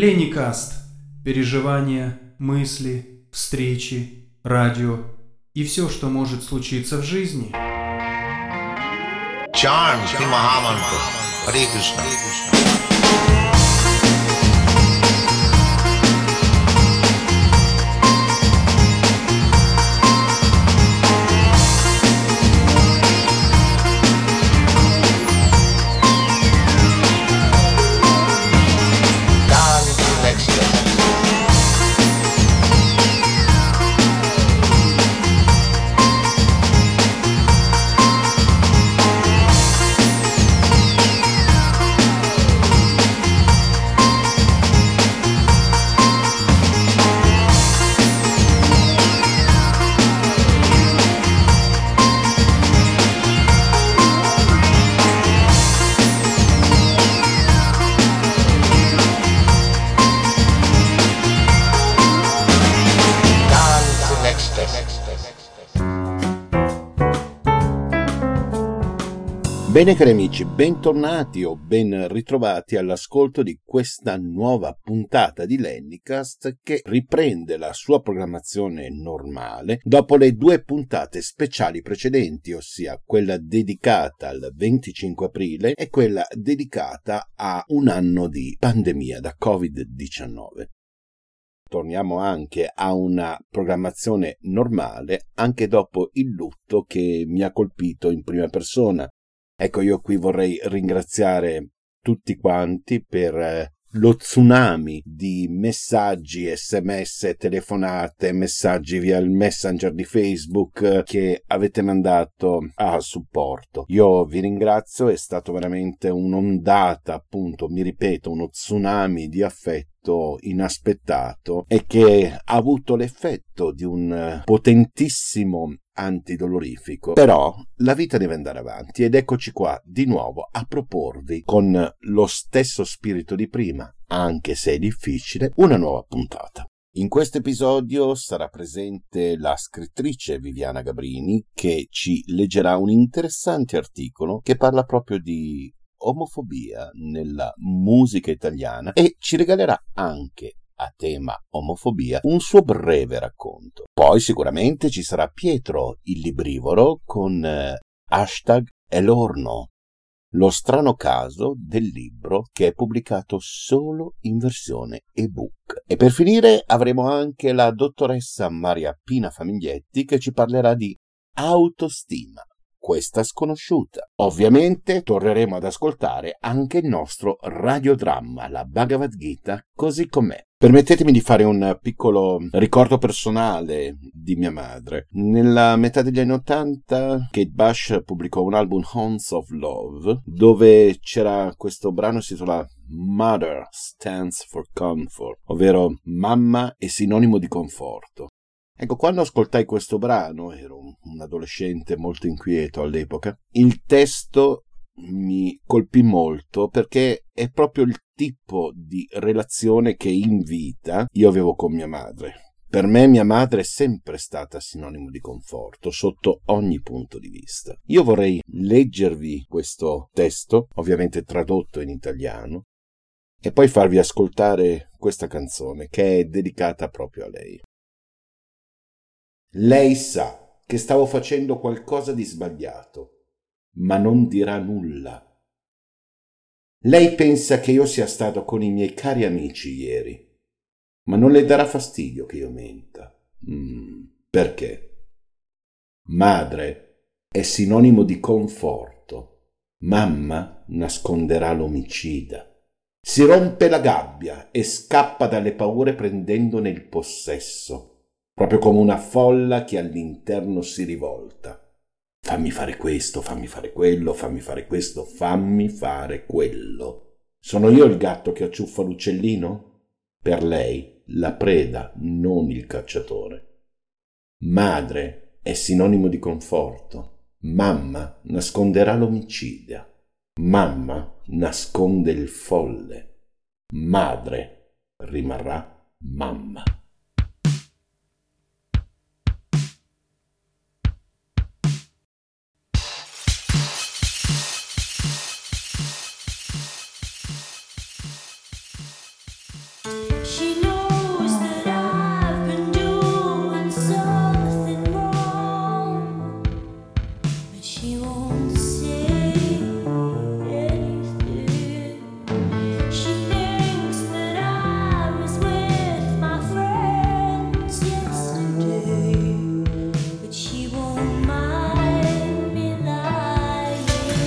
Леникаст. Переживания, мысли, встречи, радио и все, что может случиться в жизни. Charms, Shri Mahamantra, Hare Krishna. Bene cari amici, bentornati o ben ritrovati all'ascolto di questa nuova puntata di Lennicast che riprende la sua programmazione normale dopo le due puntate speciali precedenti, ossia quella dedicata al 25 aprile e quella dedicata a un anno di pandemia da Covid-19. Torniamo anche a una programmazione normale anche dopo il lutto che mi ha colpito in prima persona. Ecco, io qui vorrei ringraziare tutti quanti per lo tsunami di messaggi, SMS, telefonate, messaggi via il Messenger di Facebook che avete mandato a supporto. Io vi ringrazio, è stato veramente un'ondata, appunto, mi ripeto, uno tsunami di affetto inaspettato e che ha avuto l'effetto di un potentissimo antidolorifico. Però la vita deve andare avanti ed eccoci qua di nuovo a proporvi con lo stesso spirito di prima, anche se è difficile, una nuova puntata. In questo episodio sarà presente la scrittrice Viviana Gabrini che ci leggerà un interessante articolo che parla proprio di omofobia nella musica italiana e ci regalerà anche a tema omofobia un suo breve racconto. Poi sicuramente ci sarà Pietro il librivoro con #Elorno, lo strano caso del libro che è pubblicato solo in versione ebook. E per finire avremo anche la dottoressa Maria Pina Famiglietti che ci parlerà di autostima, questa sconosciuta. Ovviamente torneremo ad ascoltare anche il nostro radiodramma, la Bhagavad Gita così com'è. Permettetemi di fare un piccolo ricordo personale di mia madre. Nella metà degli anni '80 Kate Bush pubblicò un album Haunts of Love dove c'era questo brano che si intitola Mother Stands for Comfort, ovvero mamma è sinonimo di conforto. Ecco, quando ascoltai questo brano, ero un adolescente molto inquieto all'epoca, il testo mi colpì molto perché è proprio il tipo di relazione che in vita io avevo con mia madre. Per me mia madre è sempre stata sinonimo di conforto sotto ogni punto di vista. Io vorrei leggervi questo testo, ovviamente tradotto in italiano, e poi farvi ascoltare questa canzone che è dedicata proprio a lei. Lei sa che stavo facendo qualcosa di sbagliato, ma non dirà nulla. Lei pensa che io sia stato con i miei cari amici ieri, ma non le darà fastidio che io menta. Perché? Madre è sinonimo di conforto. Mamma nasconderà l'omicida. Si rompe la gabbia e scappa dalle paure prendendone il possesso, proprio come una folla che all'interno si rivolta. Fammi fare questo, fammi fare quello, fammi fare questo, fammi fare quello. Sono io il gatto che acciuffa l'uccellino? Per lei la preda, non il cacciatore. Madre è sinonimo di conforto. Mamma nasconderà l'omicida. Mamma nasconde il folle. Madre rimarrà mamma. she won't say anything. She thinks that I was with my friends yesterday, but she won't mind me lying.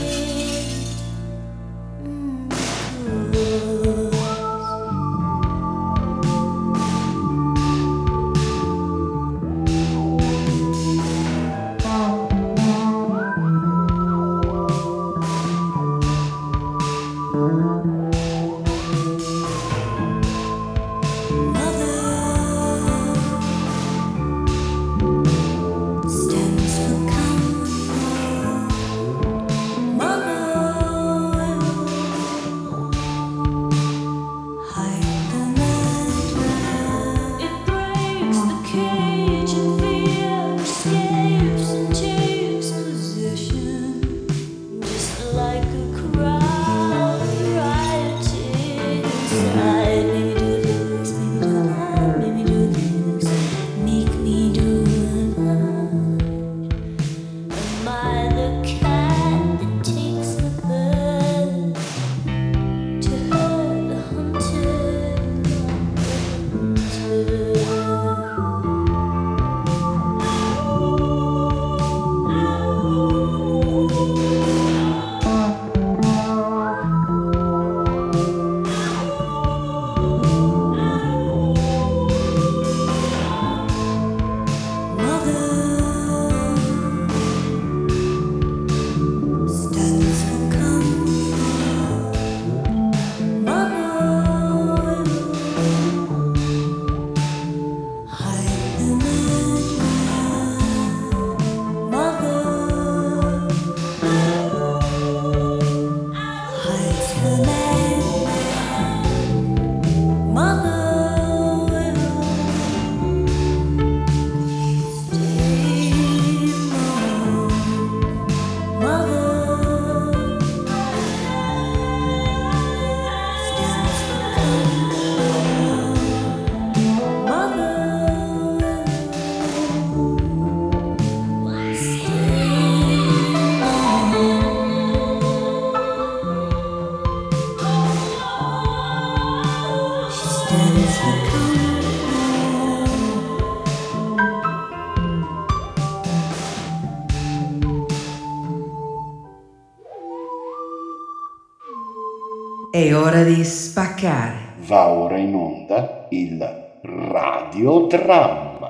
È ora di spaccare. Va ora in onda il radiodramma.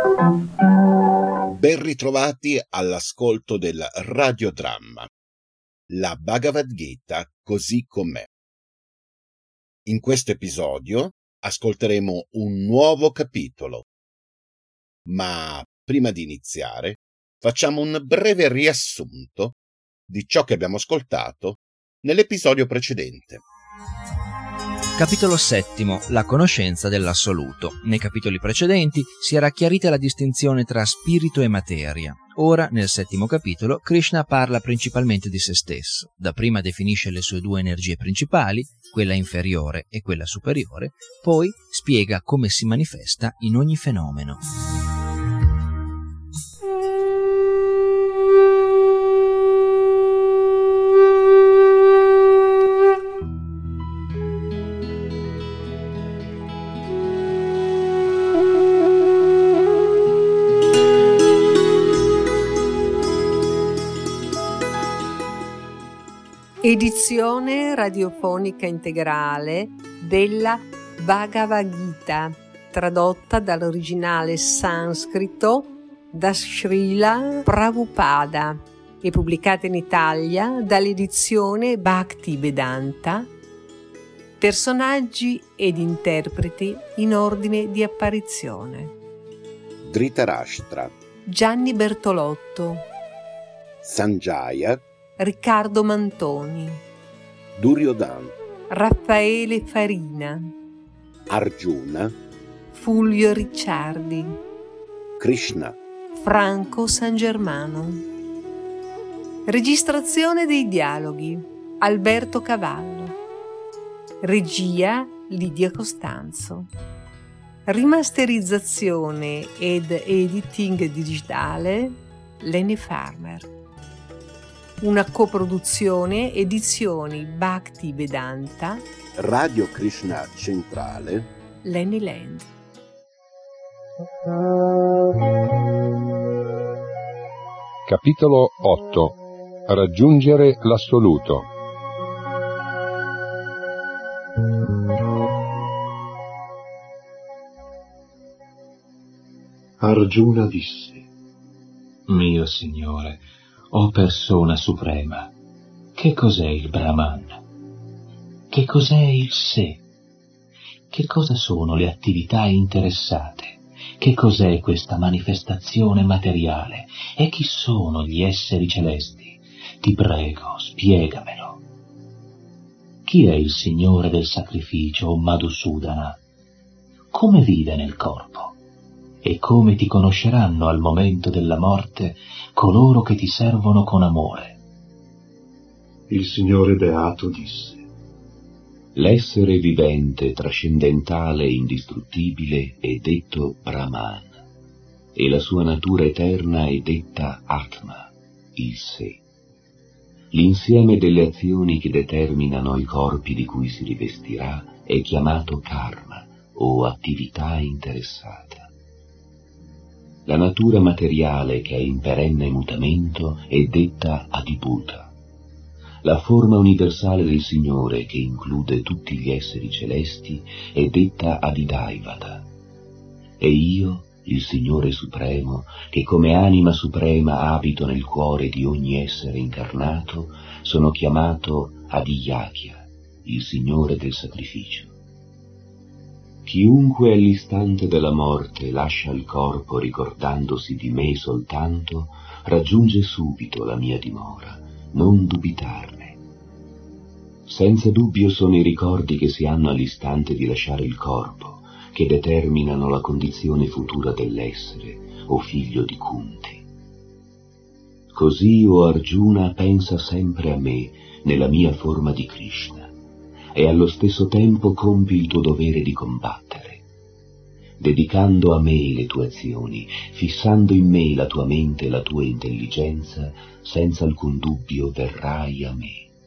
Ben ritrovati all'ascolto del radiodramma, la Bhagavad Gita così com'è. In questo episodio ascolteremo un nuovo capitolo, ma prima di iniziare facciamo un breve riassunto di ciò che abbiamo ascoltato nell'episodio precedente. Capitolo settimo. La conoscenza dell'assoluto. Nei capitoli precedenti si era chiarita la distinzione tra spirito e materia. Ora, nel settimo capitolo, Krishna parla principalmente di se stesso. Dapprima definisce le sue due energie principali, quella inferiore e quella superiore, poi spiega come si manifesta in ogni fenomeno. Edizione radiofonica integrale della Bhagavad Gita, tradotta dall'originale sanscrito da Srila Prabhupada e pubblicata in Italia dall'edizione Bhaktivedanta. Personaggi ed interpreti in ordine di apparizione: Dhritarashtra, Gianni Bertolotto, Sanjaya, Riccardo Mantoni, Duryodhana, Raffaele Farina, Arjuna, Fulvio Ricciardi, Krishna, Franco San Germano. Registrazione dei dialoghi: Alberto Cavallo. Regia: Lidia Costanzo. Rimasterizzazione ed editing digitale: Lenny Farmer. una coproduzione Edizioni Bhakti Vedanta, Radio Krishna Centrale, Lenny Land. Capitolo 8. Raggiungere l'assoluto. Arjuna disse: Mio Signore, o persona suprema, che cos'è il Brahman? Che cos'è il sé? Che cosa sono le attività interessate? Che cos'è questa manifestazione materiale? E chi sono gli esseri celesti? Ti prego, spiegamelo. Chi è il Signore del sacrificio, o Madhusudana? Come vive nel corpo? E come ti conosceranno al momento della morte coloro che ti servono con amore? Il Signore Beato disse: L'essere vivente, trascendentale e indistruttibile è detto Brahman, e la sua natura eterna è detta Atma, il sé. L'insieme delle azioni che determinano i corpi di cui si rivestirà è chiamato karma o attività interessata. La natura materiale che è in perenne mutamento è detta Adibhuta. La forma universale del Signore, che include tutti gli esseri celesti, è detta Adidaivata. E io, il Signore Supremo, che come anima suprema abito nel cuore di ogni essere incarnato, sono chiamato Adiyakya, il Signore del sacrificio. Chiunque all'istante della morte lascia il corpo ricordandosi di me soltanto, raggiunge subito la mia dimora. Non dubitarne. Senza dubbio sono i ricordi che si hanno all'istante di lasciare il corpo, che determinano la condizione futura dell'essere, o figlio di Kunti. Così, o Arjuna, pensa sempre a me, nella mia forma di Krishna, e allo stesso tempo compi il tuo dovere di combattere. Dedicando a me le tue azioni, fissando in me la tua mente e la tua intelligenza, senza alcun dubbio verrai a me.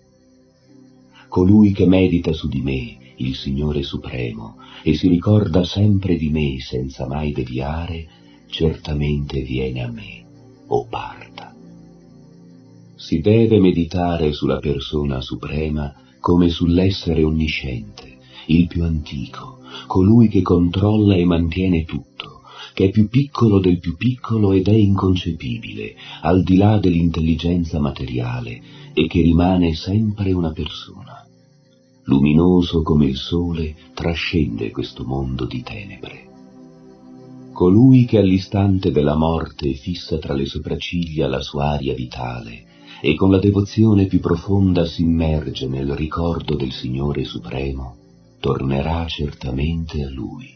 Colui che medita su di me, il Signore Supremo, e si ricorda sempre di me senza mai deviare, certamente viene a me, o Partha. Si deve meditare sulla persona suprema come sull'essere onnisciente, il più antico, colui che controlla e mantiene tutto, che è più piccolo del più piccolo ed è inconcepibile, al di là dell'intelligenza materiale, e che rimane sempre una persona. Luminoso come il sole, trascende questo mondo di tenebre. Colui che all'istante della morte fissa tra le sopracciglia la sua aria vitale, e con la devozione più profonda si immerge nel ricordo del Signore Supremo, tornerà certamente a Lui.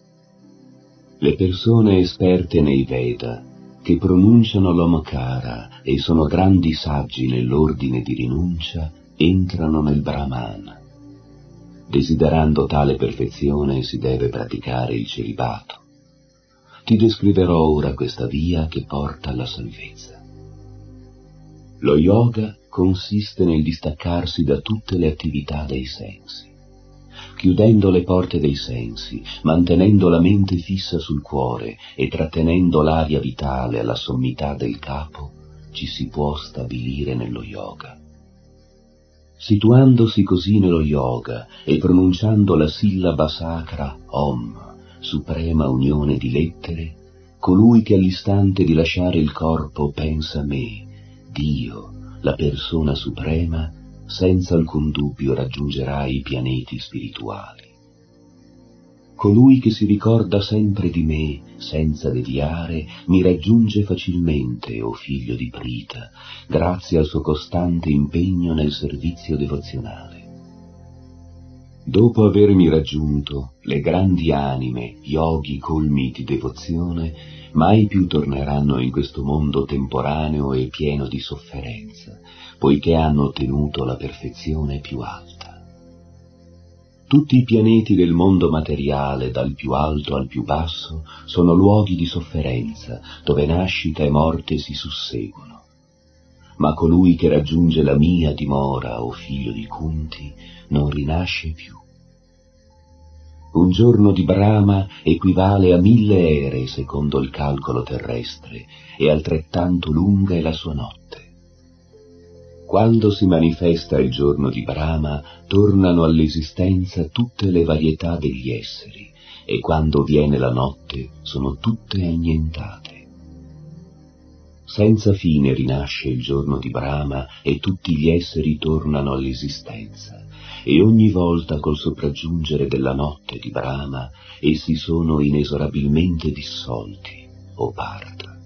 Le persone esperte nei Veda, che pronunciano l'Omkara e sono grandi saggi nell'ordine di rinuncia, entrano nel Brahman. Desiderando tale perfezione si deve praticare il celibato. Ti descriverò ora questa via che porta alla salvezza. Lo yoga consiste nel distaccarsi da tutte le attività dei sensi. Chiudendo le porte dei sensi, mantenendo la mente fissa sul cuore e trattenendo l'aria vitale alla sommità del capo, ci si può stabilire nello yoga. Situandosi così nello yoga e pronunciando la sillaba sacra Om, suprema unione di lettere, colui che all'istante di lasciare il corpo pensa a me, Dio, la persona suprema, senza alcun dubbio raggiungerà i pianeti spirituali. Colui che si ricorda sempre di me, senza deviare, mi raggiunge facilmente, o figlio di Prita, grazie al suo costante impegno nel servizio devozionale. Dopo avermi raggiunto, le grandi anime, yogi colmi di devozione, mai più torneranno in questo mondo temporaneo e pieno di sofferenza, poiché hanno ottenuto la perfezione più alta. Tutti i pianeti del mondo materiale, dal più alto al più basso, sono luoghi di sofferenza, dove nascita e morte si susseguono. ma colui che raggiunge la mia dimora, o figlio di Kunti, non rinasce più. Un giorno di Brahma equivale a 1000 ere secondo il calcolo terrestre, e altrettanto lunga è la sua notte. Quando si manifesta il giorno di Brahma, tornano all'esistenza tutte le varietà degli esseri, e quando viene la notte sono tutte annientate. Senza fine rinasce il giorno di Brahma e tutti gli esseri tornano all'esistenza, e ogni volta col sopraggiungere della notte di Brahma essi sono inesorabilmente dissolti, o Partha.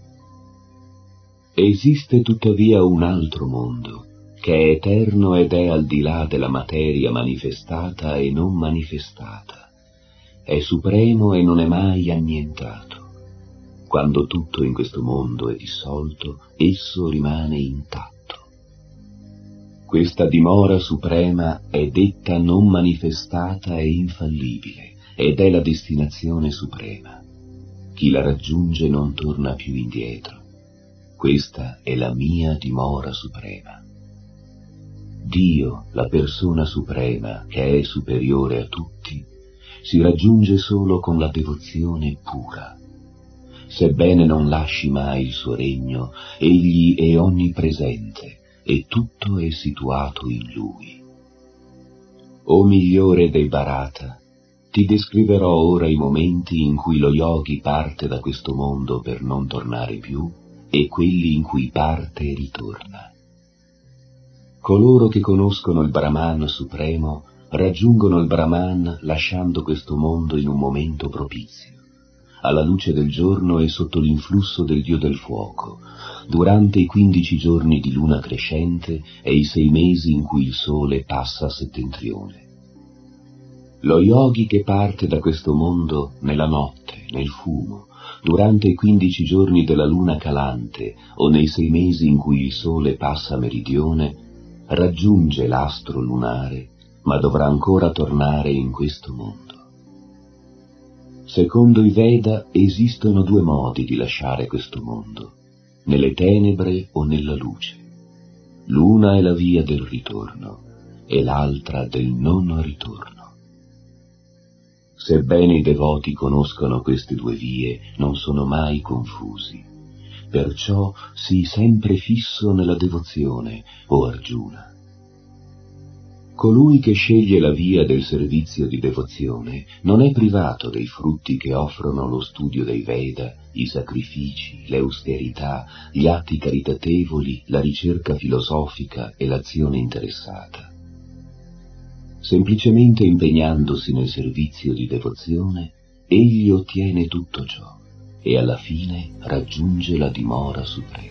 Esiste tuttavia un altro mondo, che è eterno ed è al di là della materia manifestata e non manifestata. È supremo e non è mai annientato. Quando tutto in questo mondo è dissolto, esso rimane intatto. Questa dimora suprema è detta non manifestata e infallibile, ed è la destinazione suprema. Chi la raggiunge non torna più indietro. Questa è la mia dimora suprema. Dio, la persona suprema, che è superiore a tutti, si raggiunge solo con la devozione pura. Sebbene non lasci mai il suo regno, egli è onnipresente e tutto è situato in lui. O migliore dei Bharata, ti descriverò ora i momenti in cui lo yogi parte da questo mondo per non tornare più e quelli in cui parte e ritorna. Coloro che conoscono il Brahman supremo raggiungono il Brahman lasciando questo mondo in un momento propizio, alla luce del giorno e sotto l'influsso del dio del fuoco, durante i 15 giorni di luna crescente e i 6 mesi in cui il sole passa a settentrione. Lo yogi che parte da questo mondo nella notte, nel fumo, durante i 15 giorni della luna calante o nei 6 mesi in cui il sole passa a meridione, raggiunge l'astro lunare, ma dovrà ancora tornare in questo mondo. Secondo i Veda esistono 2 modi di lasciare questo mondo, nelle tenebre o nella luce. L'una è la via del ritorno e l'altra del non ritorno. Sebbene i devoti conoscono queste 2 vie, non sono mai confusi. Perciò sii sempre fisso nella devozione, o Arjuna. Colui che sceglie la via del servizio di devozione non è privato dei frutti che offrono lo studio dei Veda, i sacrifici, le austerità, gli atti caritatevoli, la ricerca filosofica e l'azione interessata. Semplicemente impegnandosi nel servizio di devozione, egli ottiene tutto ciò e alla fine raggiunge la dimora suprema.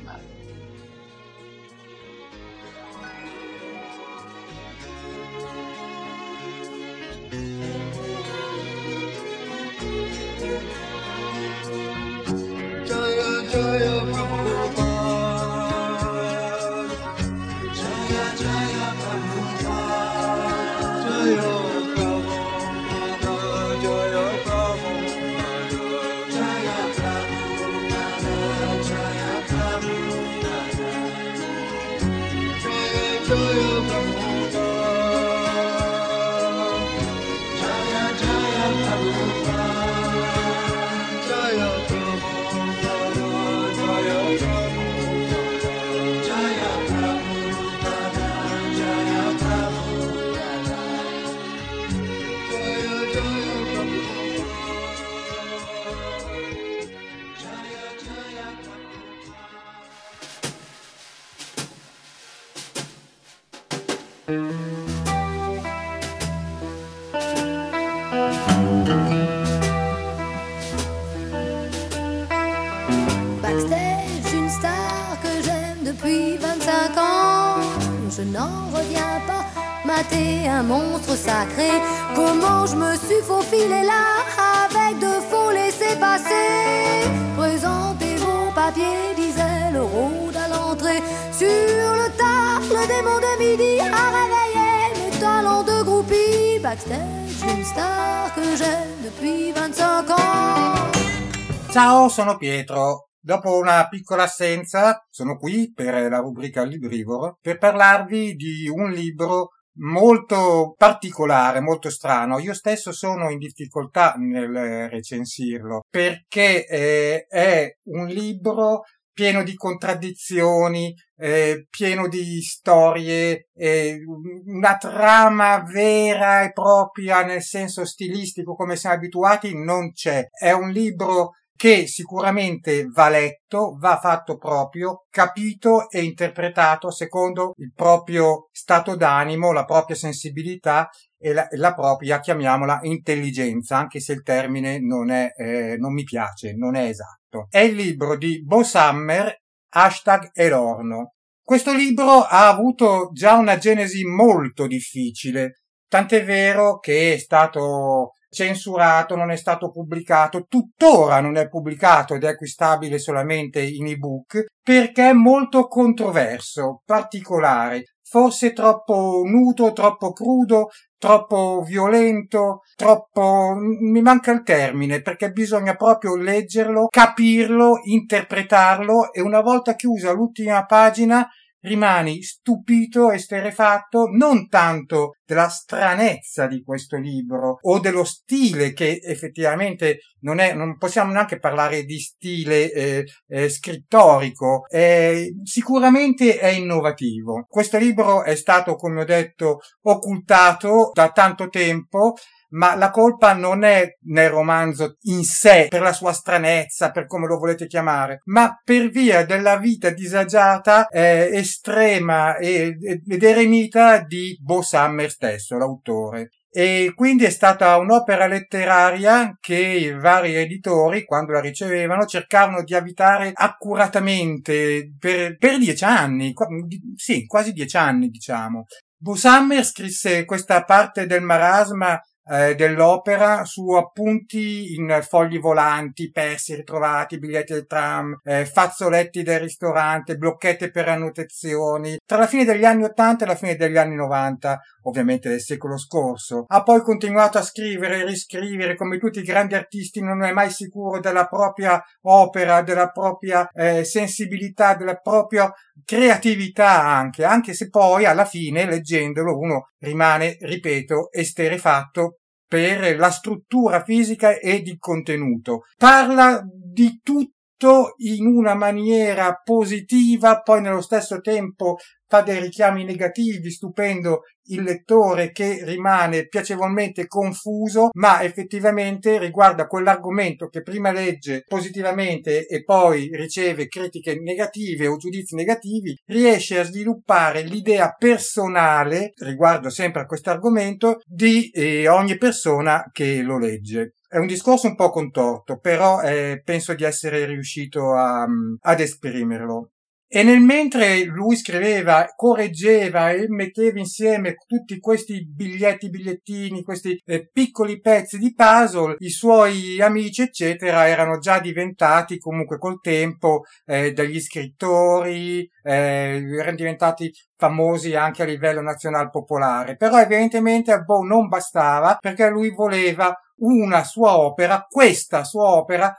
Backstage, une star que j'aime depuis 25 ans. Je n'en reviens pas, mater un monstre sacré. Comment je me suis faufilé là, avec de faux laissés-passer. Présentez vos papiers, disait le rôde à l'entrée. Sur le tard, le démon de midi a réveillé mes talents de groupie. Backstage, une star que j'aime depuis 25 ans. Ciao, sono Pietro. Dopo una piccola assenza, sono qui per la rubrica Librivoro per parlarvi di un libro molto particolare, molto strano. Io stesso sono in difficoltà nel recensirlo perché è un libro pieno di contraddizioni, pieno di storie, una trama vera e propria nel senso stilistico come siamo abituati non c'è. È un libro che sicuramente va letto, va fatto proprio, capito e interpretato secondo il proprio stato d'animo, la propria sensibilità e la propria, chiamiamola, intelligenza, anche se il termine non mi piace, non è esatto. È il libro di Bo Sammer, #Elorno. Questo libro ha avuto già una genesi molto difficile, tant'è vero che è stato censurato, non è stato pubblicato, tuttora non è pubblicato ed è acquistabile solamente in ebook perché è molto controverso, particolare, forse troppo nudo, troppo crudo, troppo violento, mi manca il termine perché bisogna proprio leggerlo, capirlo, interpretarlo e una volta chiusa l'ultima pagina rimani stupito e esterrefatto non tanto della stranezza di questo libro o dello stile che effettivamente non possiamo neanche parlare di stile scrittorico, sicuramente è innovativo. Questo libro è stato, come ho detto, occultato da tanto tempo, ma la colpa non è nel romanzo in sé, per la sua stranezza, per come lo volete chiamare, ma per via della vita disagiata, estrema ed eremita di Bo Sammer stesso, l'autore. E quindi è stata un'opera letteraria che i vari editori, quando la ricevevano, cercavano di avvitare accuratamente per 10 anni, sì, quasi 10 anni, diciamo. Bo Sammer scrisse questa parte del marasma dell'opera su appunti in fogli volanti, persi ritrovati, biglietti del tram, fazzoletti del ristorante, blocchette per annotazioni, tra la fine degli anni 80 e la fine degli anni 90, ovviamente del secolo scorso. Ha poi continuato a scrivere e riscrivere, come tutti i grandi artisti non è mai sicuro della propria opera, della propria sensibilità, della propria creatività anche se poi alla fine, leggendolo, uno rimane, ripeto, esterrefatto per la struttura fisica e di contenuto. Parla di tutto in una maniera positiva, poi nello stesso tempo fa dei richiami negativi, stupendo il lettore che rimane piacevolmente confuso, ma effettivamente riguarda quell'argomento che prima legge positivamente e poi riceve critiche negative o giudizi negativi, riesce a sviluppare l'idea personale, riguardo sempre a questo argomento, di ogni persona che lo legge. È un discorso un po' contorto, però penso di essere riuscito ad esprimerlo. E nel mentre lui scriveva, correggeva e metteva insieme tutti questi bigliettini, questi piccoli pezzi di puzzle, i suoi amici eccetera erano già diventati comunque col tempo degli scrittori, erano diventati famosi anche a livello nazional popolare. Però evidentemente a Bo non bastava, perché lui voleva una sua opera, questa sua opera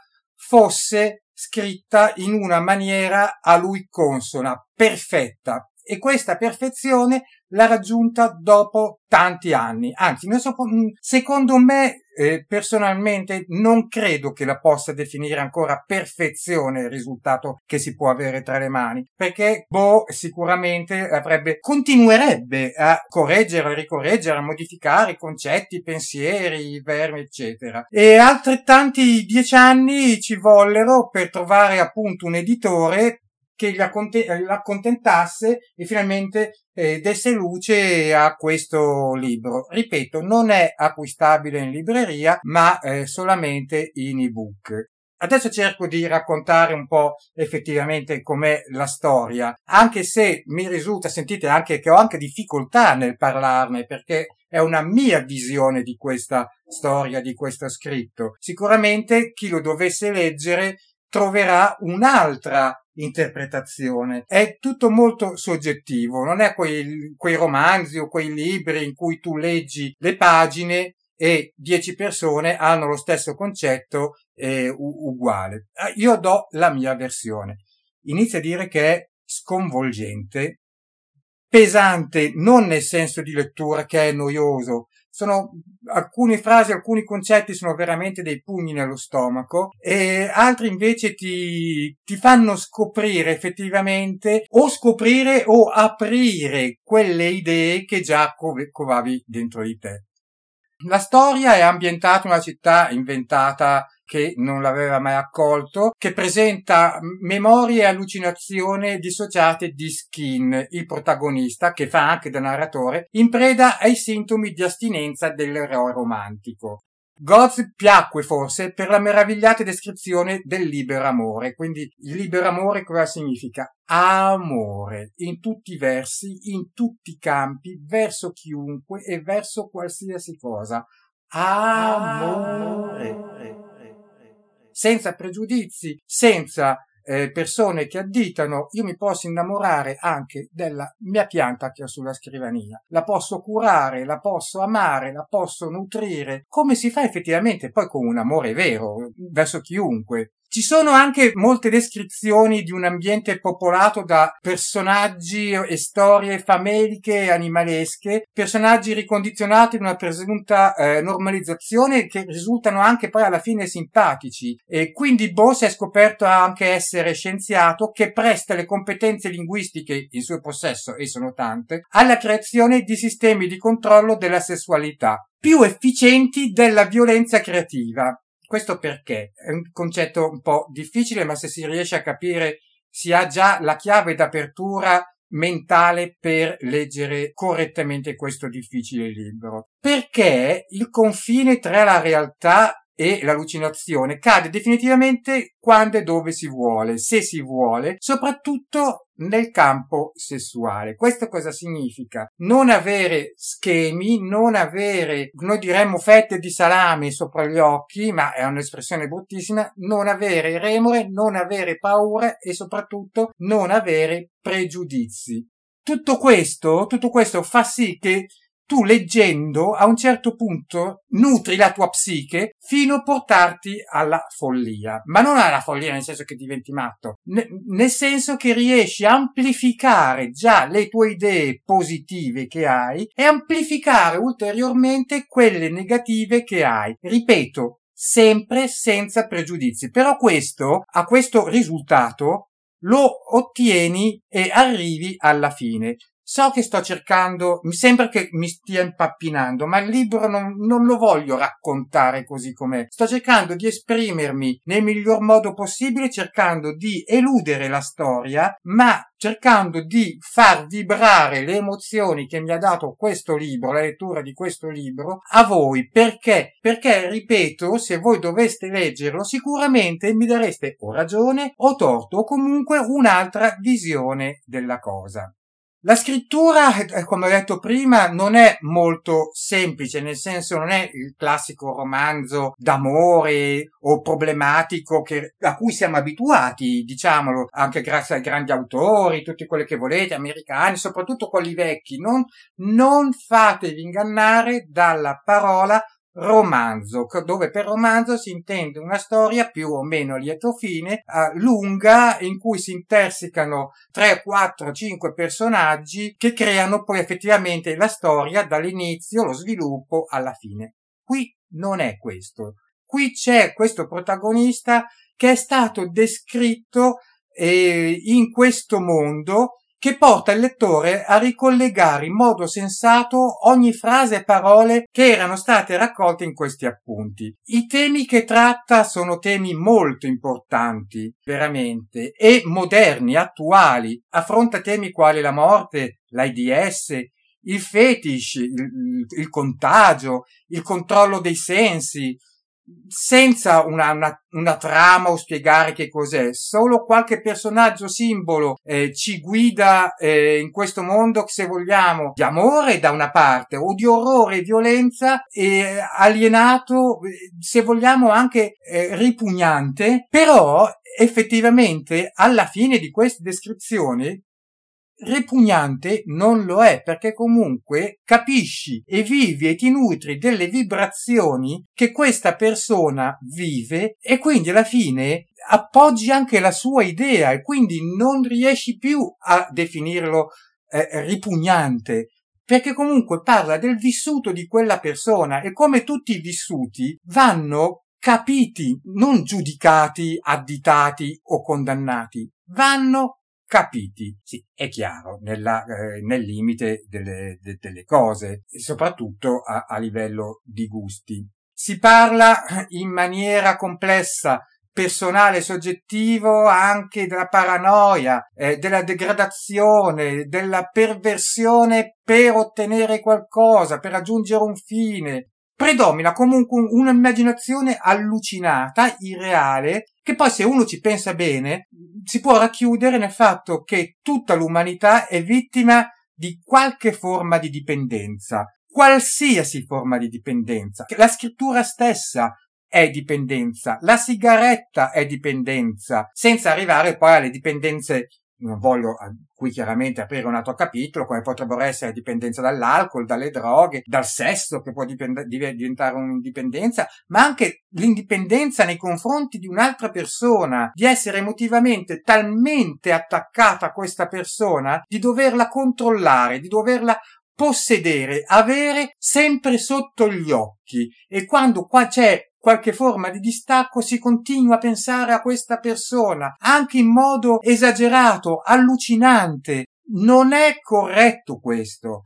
fosse scritta in una maniera a lui consona, perfetta. E questa perfezione l'ha raggiunta dopo tanti anni. Anzi, secondo me, personalmente, non credo che la possa definire ancora perfezione il risultato che si può avere tra le mani, perché Bo sicuramente continuerebbe a correggere, a ricorreggere, a modificare concetti, i pensieri, i vermi, eccetera. E altrettanti 10 anni ci vollero per trovare appunto un editore che l'accontentasse e finalmente desse luce a questo libro. Ripeto, non è acquistabile in libreria, ma solamente in ebook. Adesso cerco di raccontare un po' effettivamente com'è la storia, anche se mi risulta, sentite anche che ho anche difficoltà nel parlarne, perché è una mia visione di questa storia, di questo scritto. Sicuramente chi lo dovesse leggere troverà un'altra interpretazione. È tutto molto soggettivo, non è quei romanzi o quei libri in cui tu leggi le pagine e 10 persone hanno lo stesso concetto uguale. Io do la mia versione. Inizio a dire che è sconvolgente, pesante, non nel senso di lettura che è noioso. Sono alcune frasi, alcuni concetti sono veramente dei pugni nello stomaco, e altri invece ti fanno scoprire effettivamente, o scoprire o aprire quelle idee che già covavi dentro di te. La storia è ambientata in una città inventata che non l'aveva mai accolto, che presenta memorie e allucinazioni dissociate di Skin, il protagonista, che fa anche da narratore, in preda ai sintomi di astinenza dell'eroe romantico. Goethe piacque forse per la meravigliata descrizione del libero amore. Quindi il libero amore cosa significa? Amore, in tutti i versi, in tutti i campi, verso chiunque e verso qualsiasi cosa. Amore. Senza pregiudizi, senza persone che additano. Io mi posso innamorare anche della mia pianta che ho sulla scrivania, la posso curare, la posso amare, la posso nutrire, come si fa effettivamente poi con un amore vero verso chiunque. Ci sono anche molte descrizioni di un ambiente popolato da personaggi e storie fameliche e animalesche, personaggi ricondizionati in una presunta normalizzazione, che risultano anche poi alla fine simpatici. E quindi Bose è scoperto anche essere scienziato che presta le competenze linguistiche in suo possesso, e sono tante, alla creazione di sistemi di controllo della sessualità più efficienti della violenza creativa. Questo perché è un concetto un po' difficile, ma se si riesce a capire si ha già la chiave d'apertura mentale per leggere correttamente questo difficile libro. Perché il confine tra la realtà e l'allucinazione cade definitivamente quando e dove si vuole, se si vuole, soprattutto nel campo sessuale. Questo cosa significa? Non avere schemi, non avere, noi diremmo fette di salame sopra gli occhi, ma è un'espressione bruttissima, non avere remore, non avere paura e soprattutto non avere pregiudizi. Tutto questo fa sì che tu leggendo a un certo punto nutri la tua psiche fino a portarti alla follia, ma non alla follia nel senso che diventi matto, nel senso che riesci a amplificare già le tue idee positive che hai e amplificare ulteriormente quelle negative che hai. Ripeto, sempre senza pregiudizi, però a questo risultato lo ottieni e arrivi alla fine. So che sto cercando, mi sembra che mi stia impappinando, ma il libro non lo voglio raccontare così com'è. Sto cercando di esprimermi nel miglior modo possibile, cercando di eludere la storia, ma cercando di far vibrare le emozioni che mi ha dato questo libro, la lettura di questo libro, a voi. Perché? Perché, ripeto, se voi doveste leggerlo, sicuramente mi dareste o ragione o torto, o comunque un'altra visione della cosa. La scrittura, come ho detto prima, non è molto semplice, nel senso non è il classico romanzo d'amore o problematico a cui siamo abituati, diciamolo, anche grazie ai grandi autori, tutti quelli che volete, americani, soprattutto quelli vecchi. Non fatevi ingannare dalla parola romanzo, dove per romanzo si intende una storia più o meno a lieto fine, lunga, in cui si intersecano 3, 4, 5 personaggi che creano poi effettivamente la storia dall'inizio, lo sviluppo alla fine. Qui non è questo. Qui c'è questo protagonista che è stato descritto in questo mondo, che porta il lettore a ricollegare in modo sensato ogni frase e parole che erano state raccolte in questi appunti. I temi che tratta sono temi molto importanti, veramente, e moderni, attuali. Affronta temi quali la morte, l'AIDS, il fetish, il contagio, il controllo dei sensi, senza una trama o spiegare che cos'è. Solo qualche personaggio simbolo ci guida in questo mondo, se vogliamo, di amore da una parte, o di orrore e violenza, alienato, se vogliamo anche ripugnante. Però effettivamente alla fine di queste descrizioni Ripugnante non lo è, perché comunque capisci e vivi e ti nutri delle vibrazioni che questa persona vive, e quindi alla fine appoggi anche la sua idea, e quindi non riesci più a definirlo ripugnante, perché comunque parla del vissuto di quella persona, e come tutti i vissuti vanno capiti, non giudicati, additati o condannati, vanno capiti. Sì, è chiaro, nel limite delle cose, e soprattutto a livello di gusti. Si parla in maniera complessa, personale, soggettivo, anche della paranoia, della degradazione, della perversione per ottenere qualcosa, per raggiungere un fine. Predomina comunque un'immaginazione allucinata, irreale, che poi, se uno ci pensa bene, si può racchiudere nel fatto che tutta l'umanità è vittima di qualche forma di dipendenza, qualsiasi forma di dipendenza. La scrittura stessa è dipendenza, la sigaretta è dipendenza, senza arrivare poi alle dipendenze. Non voglio qui chiaramente aprire un altro capitolo, come potrebbero essere dipendenza dall'alcol, dalle droghe, dal sesso, che può diventare un'indipendenza, ma anche l'indipendenza nei confronti di un'altra persona, di essere emotivamente talmente attaccata a questa persona, di doverla controllare, di doverla possedere, avere sempre sotto gli occhi, e quando qua c'è qualche forma di distacco si continua a pensare a questa persona, anche in modo esagerato, allucinante. Non è corretto questo.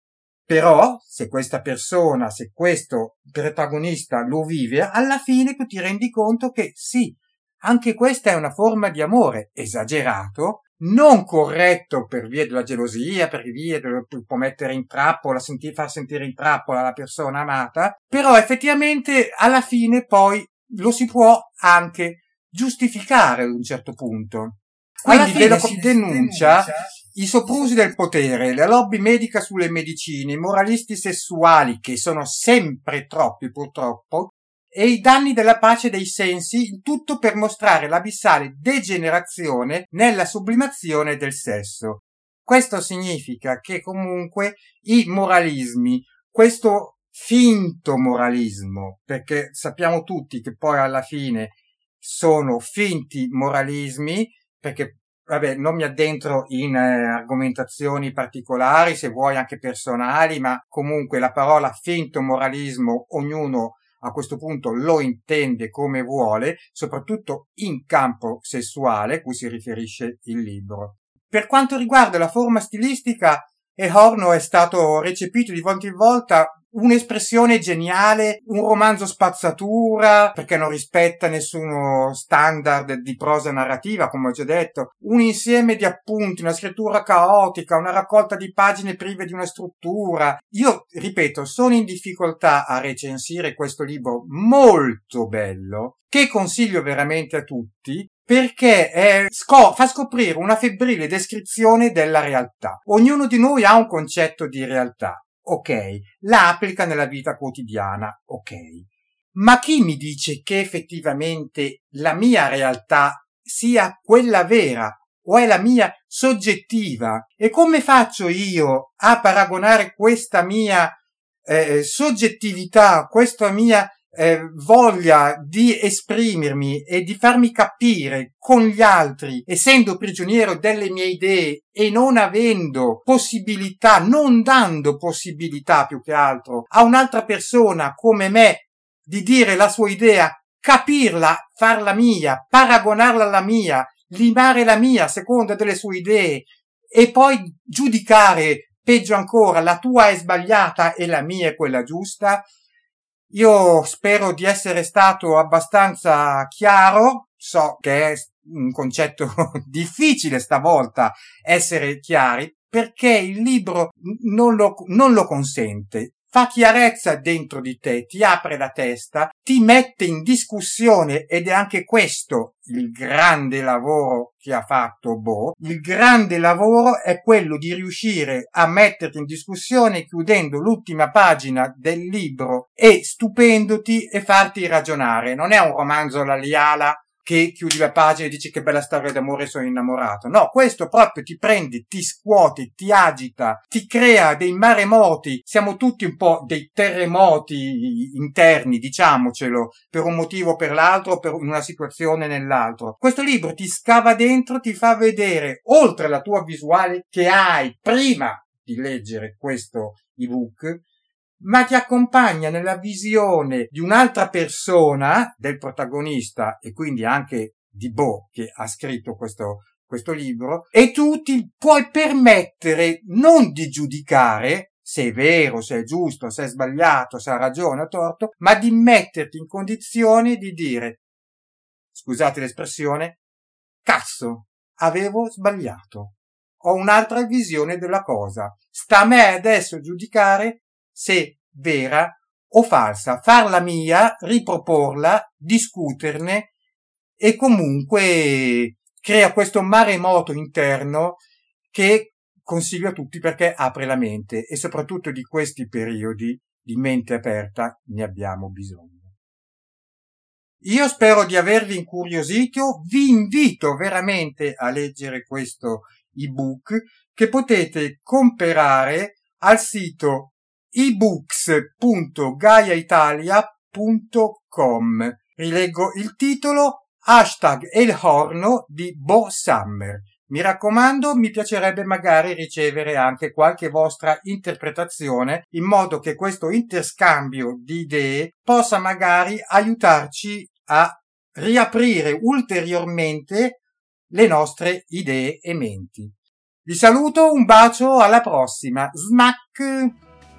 Però, se questa persona, se questo protagonista lo vive, alla fine tu ti rendi conto che sì, anche questa è una forma di amore esagerato, non corretto per via della gelosia, per via può mettere in trappola, far sentire in trappola la persona amata, però effettivamente alla fine poi lo si può anche giustificare ad un certo punto. Quindi si denuncia i soprusi del potere, la lobby medica sulle medicine, i moralisti sessuali, che sono sempre troppi purtroppo, e i danni della pace dei sensi, il tutto per mostrare l'abissale degenerazione nella sublimazione del sesso. Questo significa che comunque i moralismi, questo finto moralismo, perché sappiamo tutti che poi alla fine sono finti moralismi, perché vabbè, non mi addentro in argomentazioni particolari, se vuoi anche personali, ma comunque la parola finto moralismo ognuno a questo punto lo intende come vuole, soprattutto in campo sessuale, cui si riferisce il libro. Per quanto riguarda la forma stilistica, Horno è stato recepito di volta in volta un'espressione geniale, un romanzo spazzatura, perché non rispetta nessuno standard di prosa narrativa, come ho già detto, un insieme di appunti, una scrittura caotica, una raccolta di pagine prive di una struttura. Io, ripeto, sono in difficoltà a recensire questo libro molto bello, che consiglio veramente a tutti, perché fa scoprire una febbrile descrizione della realtà. Ognuno di noi ha un concetto di realtà. Ok, la applica nella vita quotidiana, ok. Ma chi mi dice che effettivamente la mia realtà sia quella vera o è la mia soggettiva? E come faccio io a paragonare questa mia soggettività, questa mia voglia di esprimermi e di farmi capire con gli altri, essendo prigioniero delle mie idee e non avendo possibilità, non dando possibilità più che altro a un'altra persona come me di dire la sua idea, capirla, farla mia, paragonarla alla mia, limare la mia a seconda delle sue idee e poi giudicare, peggio ancora, la tua è sbagliata e la mia è quella giusta. Io spero di essere stato abbastanza chiaro, so che è un concetto difficile stavolta essere chiari, perché il libro non lo consente. Fa chiarezza dentro di te, ti apre la testa, ti mette in discussione, ed è anche questo il grande lavoro che ha fatto Bo. Il grande lavoro è quello di riuscire a metterti in discussione chiudendo l'ultima pagina del libro e stupendoti e farti ragionare. Non è un romanzo alla Liala che chiudi la pagina e dici che bella storia d'amore, sono innamorato. No, questo proprio ti prende, ti scuote, ti agita, ti crea dei maremoti. Siamo tutti un po' dei terremoti interni, diciamocelo, per un motivo o per l'altro, per una situazione nell'altro. Questo libro ti scava dentro, ti fa vedere, oltre alla tua visuale che hai prima di leggere questo ebook, ma ti accompagna nella visione di un'altra persona, del protagonista e quindi anche di Bo che ha scritto questo libro, e tu ti puoi permettere non di giudicare se è vero, se è giusto, se è sbagliato, se ha ragione o torto, ma di metterti in condizione di dire, scusate l'espressione, cazzo, avevo sbagliato, ho un'altra visione della cosa, sta a me adesso giudicare se vera o falsa, farla mia, riproporla, discuterne, e comunque crea questo maremoto interno che consiglio a tutti perché apre la mente, e soprattutto di questi periodi di mente aperta ne abbiamo bisogno. Io spero di avervi incuriosito, vi invito veramente a leggere questo ebook che potete comprare al sito ebooks.gaiaitalia.com. Rileggo il titolo, #El Horno di Bo Summer. Mi raccomando, mi piacerebbe magari ricevere anche qualche vostra interpretazione, in modo che questo interscambio di idee possa magari aiutarci a riaprire ulteriormente le nostre idee e menti. Vi saluto, un bacio, alla prossima. Smack!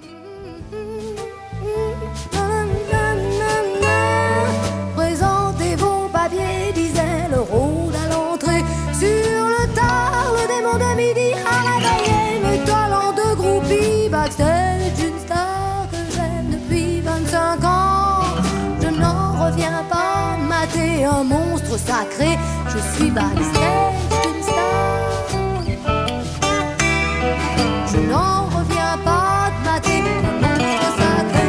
Présentez vos papiers, disait le rôle à l'entrée. Sur le tard, le démon de midi a réveillé mes talents de groupie. Backstage, une star que j'aime depuis 25 ans. Je n'en reviens pas de mater un monstre sacré. Je suis backstage d'une star. Je n'en reviens pas de mater un monstre sacré.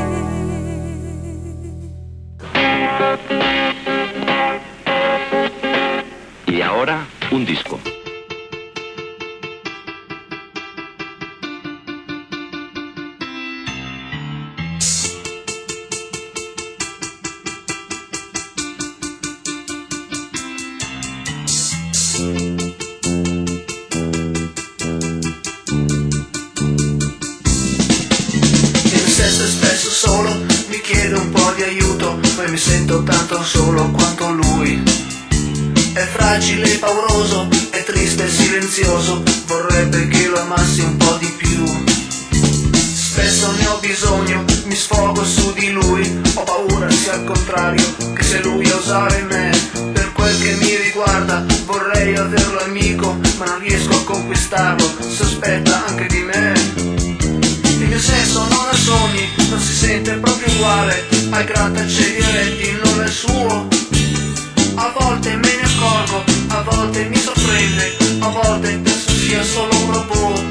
Y ahora, un disco. Spesso solo mi chiedo un po' di aiuto, poi mi sento tanto solo quanto lui. È fragile e pauroso, è triste e silenzioso, vorrebbe che lo amassi un po' di più. Spesso ne ho bisogno, mi sfogo su di lui, ho paura sia al contrario, che sia lui a usare me. Per quel che mi riguarda vorrei averlo amico, ma non riesco a conquistarlo, sospetta anche di me. Il mio senso non ha sogni, non si sente proprio uguale ai grattacieli eretti, non è suo. A volte me ne accorgo, a volte mi sorprende, a volte penso sia solo un robot.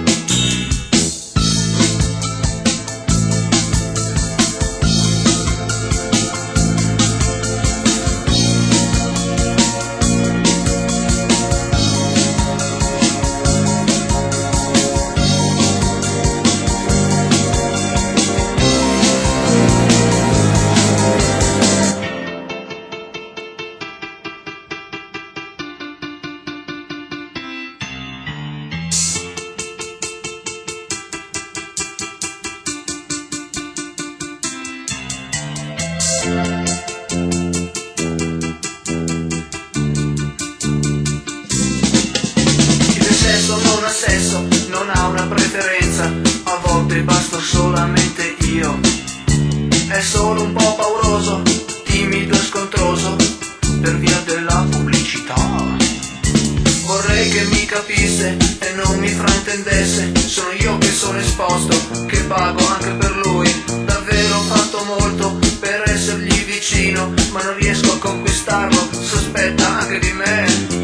Non ha una preferenza, a volte basto solamente io. È solo un po' pauroso, timido e scontroso, per via della pubblicità. Vorrei che mi capisse e non mi fraintendesse, sono io che sono esposto, che pago anche per lui. Davvero ho fatto molto per essergli vicino, ma non riesco a conquistarlo, sospetta anche di me.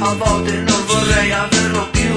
a volte non vorrei averlo più.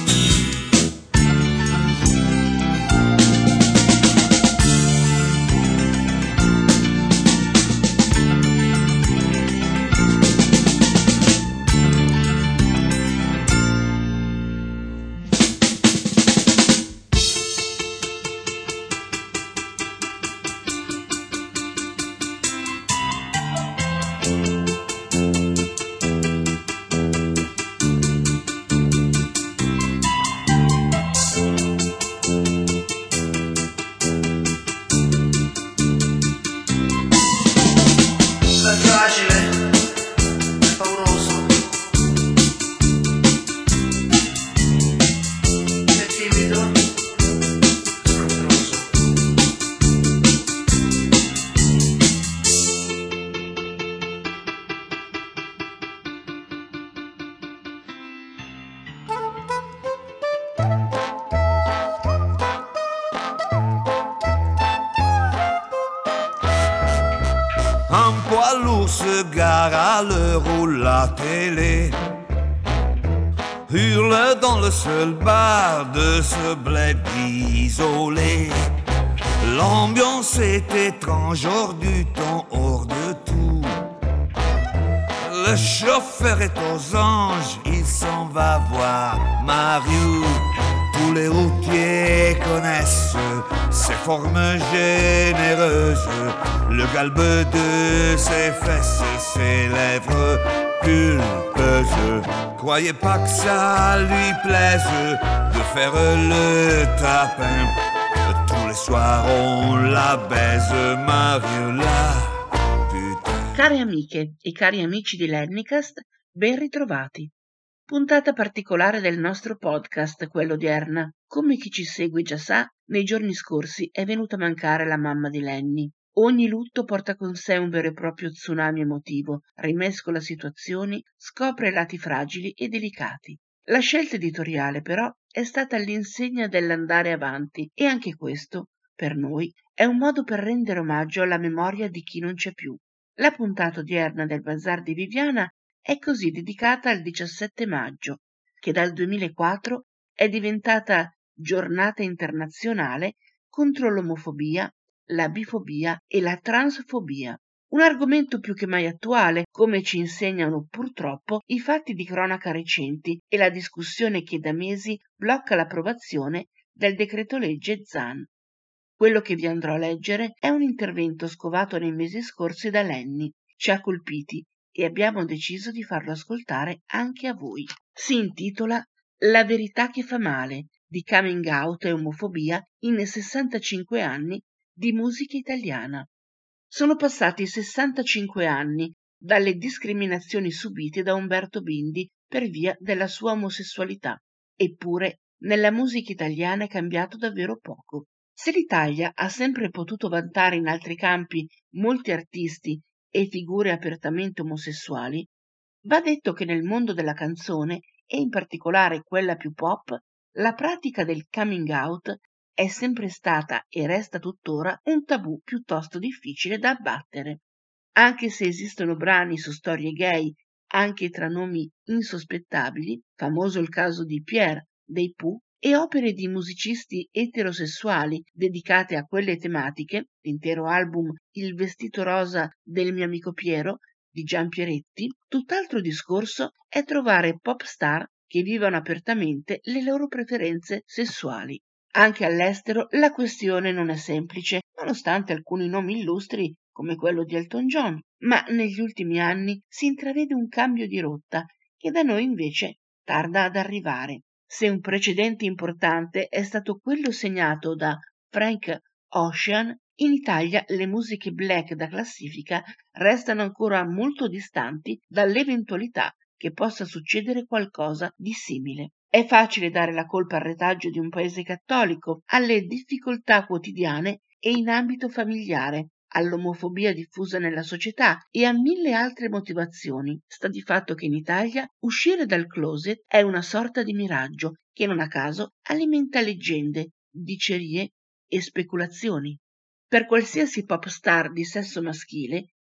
Un poids lourd se gare à l'heure où la télé hurle dans le seul bar de ce bled isolé. L'ambiance est étrange, hors du temps, hors de tout. Le chauffeur est aux anges, il s'en va voir Mariou. Tous les routiers connaissent ses formes généreuses, le galbe de ses fesses et ses lèvres pulpeuses. Croyez pas que ça lui plaise de faire le tapin. Tous les soirs on la baise, Mariola, putain. Care amiche e cari amici di Lennicast, ben ritrovati. Puntata particolare del nostro podcast, quello odierna. Come chi ci segue già sa, nei giorni scorsi è venuta a mancare la mamma di Lenny. Ogni lutto porta con sé un vero e proprio tsunami emotivo, rimescola situazioni, scopre lati fragili e delicati. La scelta editoriale, però, è stata all'insegna dell'andare avanti e anche questo, per noi, è un modo per rendere omaggio alla memoria di chi non c'è più. La puntata odierna del Bazar di Viviana è così dedicata al 17 maggio, che dal 2004 è diventata Giornata internazionale contro l'omofobia, la bifobia e la transfobia. Un argomento più che mai attuale, come ci insegnano purtroppo i fatti di cronaca recenti e la discussione che da mesi blocca l'approvazione del decreto legge Zan. Quello che vi andrò a leggere è un intervento scovato nei mesi scorsi da Lenny. Ci ha colpiti e abbiamo deciso di farlo ascoltare anche a voi. Si intitola La verità che fa male, di coming out e omofobia in 65 anni di musica italiana. Sono passati 65 anni dalle discriminazioni subite da Umberto Bindi per via della sua omosessualità, eppure nella musica italiana è cambiato davvero poco. Se l'Italia ha sempre potuto vantare in altri campi molti artisti e figure apertamente omosessuali, va detto che nel mondo della canzone, e in particolare quella più pop, la pratica del coming out è sempre stata e resta tuttora un tabù piuttosto difficile da abbattere. Anche se esistono brani su storie gay anche tra nomi insospettabili, famoso il caso di Pierre dei Pooh, e opere di musicisti eterosessuali dedicate a quelle tematiche, l'intero album Il vestito rosa del mio amico Piero di Gian Pieretti, tutt'altro discorso è trovare pop star che vivano apertamente le loro preferenze sessuali. Anche all'estero la questione non è semplice, nonostante alcuni nomi illustri come quello di Elton John, ma negli ultimi anni si intravede un cambio di rotta che da noi invece tarda ad arrivare. Se un precedente importante è stato quello segnato da Frank Ocean, in Italia le musiche black da classifica restano ancora molto distanti dall'eventualità che possa succedere qualcosa di simile. È facile dare la colpa al retaggio di un paese cattolico, alle difficoltà quotidiane e in ambito familiare, all'omofobia diffusa nella società e a mille altre motivazioni. Sta di fatto che in Italia uscire dal closet è una sorta di miraggio che non a caso alimenta leggende, dicerie e speculazioni. Per qualsiasi pop star di sesso maschile,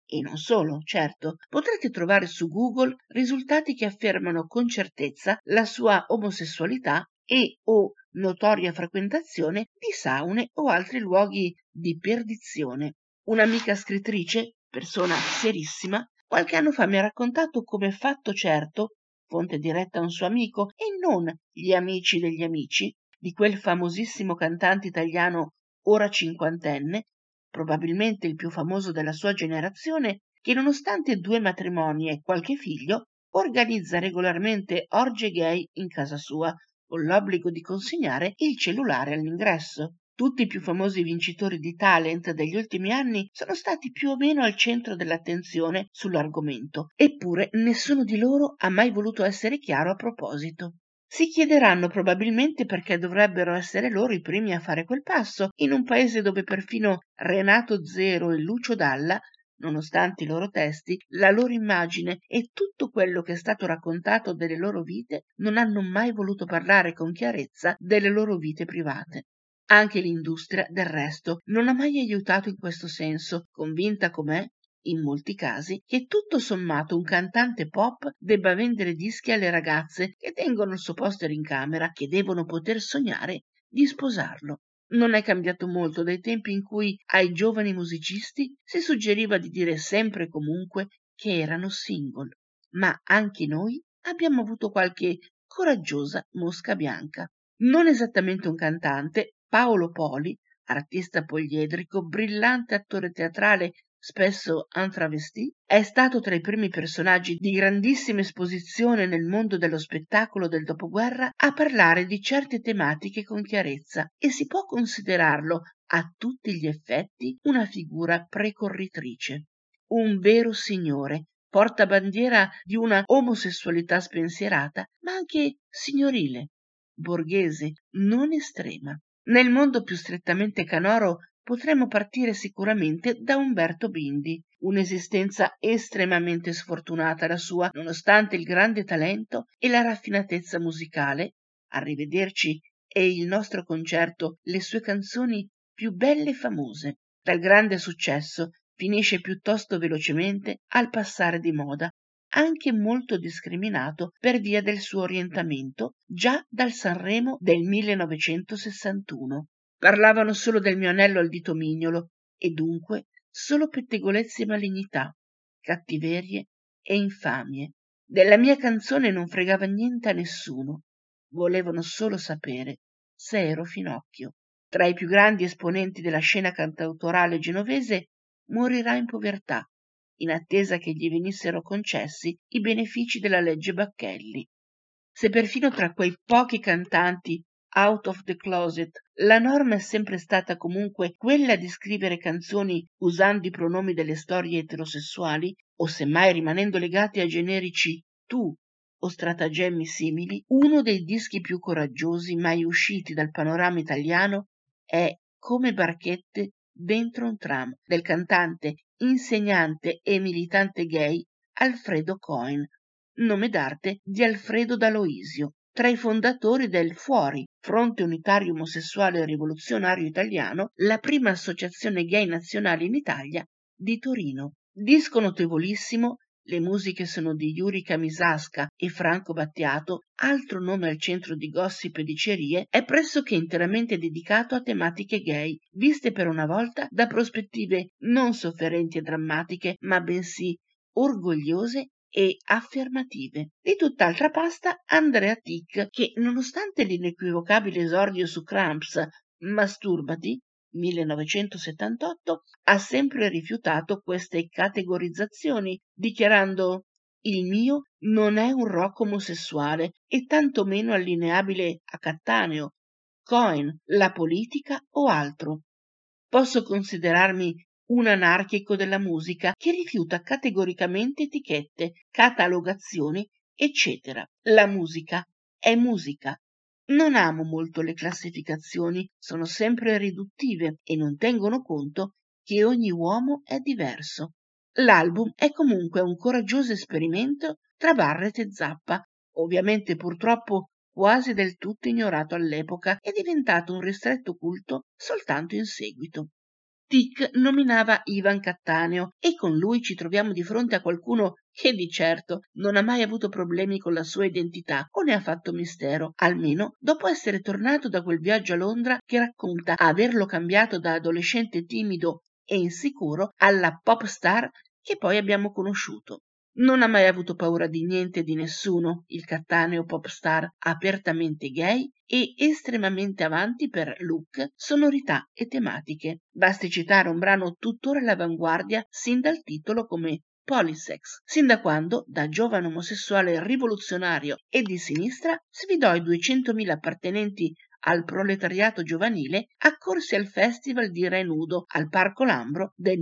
E non solo, certo, potrete trovare su Google risultati che affermano con certezza la sua omosessualità e o notoria frequentazione di saune o altri luoghi di perdizione. Un'amica scrittrice, persona serissima, qualche anno fa mi ha raccontato come fatto certo, fonte diretta a un suo amico e non gli amici degli amici, di quel famosissimo cantante italiano ora cinquantenne, probabilmente il più famoso della sua generazione, che nonostante 2 matrimoni e qualche figlio, organizza regolarmente orge gay in casa sua, con l'obbligo di consegnare il cellulare all'ingresso. Tutti i più famosi vincitori di talent degli ultimi anni sono stati più o meno al centro dell'attenzione sull'argomento, eppure nessuno di loro ha mai voluto essere chiaro a proposito. Si chiederanno probabilmente perché dovrebbero essere loro i primi a fare quel passo, in un paese dove perfino Renato Zero e Lucio Dalla, nonostante i loro testi, la loro immagine e tutto quello che è stato raccontato delle loro vite, non hanno mai voluto parlare con chiarezza delle loro vite private. Anche l'industria, del resto, non ha mai aiutato in questo senso, convinta com'è, in molti casi, che tutto sommato un cantante pop debba vendere dischi alle ragazze che tengono il suo poster in camera, che devono poter sognare di sposarlo. Non è cambiato molto dai tempi in cui ai giovani musicisti si suggeriva di dire sempre e comunque che erano single, ma anche noi abbiamo avuto qualche coraggiosa mosca bianca. Non esattamente un cantante, Paolo Poli, artista poliedrico, brillante attore teatrale, spesso en travesti, è stato tra i primi personaggi di grandissima esposizione nel mondo dello spettacolo del dopoguerra a parlare di certe tematiche con chiarezza e si può considerarlo a tutti gli effetti una figura precorritrice. Un vero signore, portabandiera di una omosessualità spensierata, ma anche signorile, borghese, non estrema. Nel mondo più strettamente canoro potremmo partire sicuramente da Umberto Bindi, un'esistenza estremamente sfortunata la sua, nonostante il grande talento e la raffinatezza musicale. Arrivederci e il nostro concerto, le sue canzoni più belle e famose. Dal grande successo finisce piuttosto velocemente al passare di moda, anche molto discriminato per via del suo orientamento già dal Sanremo del 1961. Parlavano solo del mio anello al dito mignolo e dunque solo pettegolezzi e malignità, cattiverie e infamie. Della mia canzone non fregava niente a nessuno. Volevano solo sapere se ero Finocchio. Tra i più grandi esponenti della scena cantautorale genovese, morirà in povertà, in attesa che gli venissero concessi i benefici della legge Bacchelli. Se perfino tra quei pochi cantanti out of the closet la norma è sempre stata comunque quella di scrivere canzoni usando i pronomi delle storie eterosessuali, o semmai rimanendo legati a generici tu o stratagemmi simili, uno dei dischi più coraggiosi mai usciti dal panorama italiano è Come barchette dentro un tram del cantante, insegnante e militante gay Alfredo Cohen, nome d'arte di Alfredo D'Aloisio, tra i fondatori del Fuori, Fronte Unitario Omosessuale Rivoluzionario Italiano, la prima associazione gay nazionale in Italia di Torino. Disco notevolissimo. Le musiche sono di Yuri Kamisasca e Franco Battiato, altro nome al centro di gossip e dicerie, è pressoché interamente dedicato a tematiche gay, viste per una volta da prospettive non sofferenti e drammatiche, ma bensì orgogliose e affermative. Di tutt'altra pasta Andrea Tic, che nonostante l'inequivocabile esordio su Cramps, Masturbati, 1978, ha sempre rifiutato queste categorizzazioni, dichiarando «Il mio non è un rock omosessuale e tantomeno allineabile a Cattaneo, Cohen, la politica o altro. Posso considerarmi un anarchico della musica che rifiuta categoricamente etichette, catalogazioni, eccetera. La musica è musica. Non amo molto le classificazioni, sono sempre riduttive e non tengono conto che ogni uomo è diverso. L'album è comunque un coraggioso esperimento tra Barrett e Zappa, ovviamente purtroppo quasi del tutto ignorato all'epoca e diventato un ristretto culto soltanto in seguito. Tic nominava Ivan Cattaneo e con lui ci troviamo di fronte a qualcuno che di certo non ha mai avuto problemi con la sua identità o ne ha fatto mistero, almeno dopo essere tornato da quel viaggio a Londra che racconta averlo cambiato da adolescente timido e insicuro alla pop star che poi abbiamo conosciuto. Non ha mai avuto paura di niente e di nessuno, il Cattaneo pop star apertamente gay e estremamente avanti per look, sonorità e tematiche. Basti citare un brano tuttora all'avanguardia sin dal titolo come Polysex, sin da quando, da giovane omosessuale rivoluzionario e di sinistra, sfidò i 200.000 appartenenti al proletariato giovanile accorsi al Festival di Re Nudo al Parco Lambro del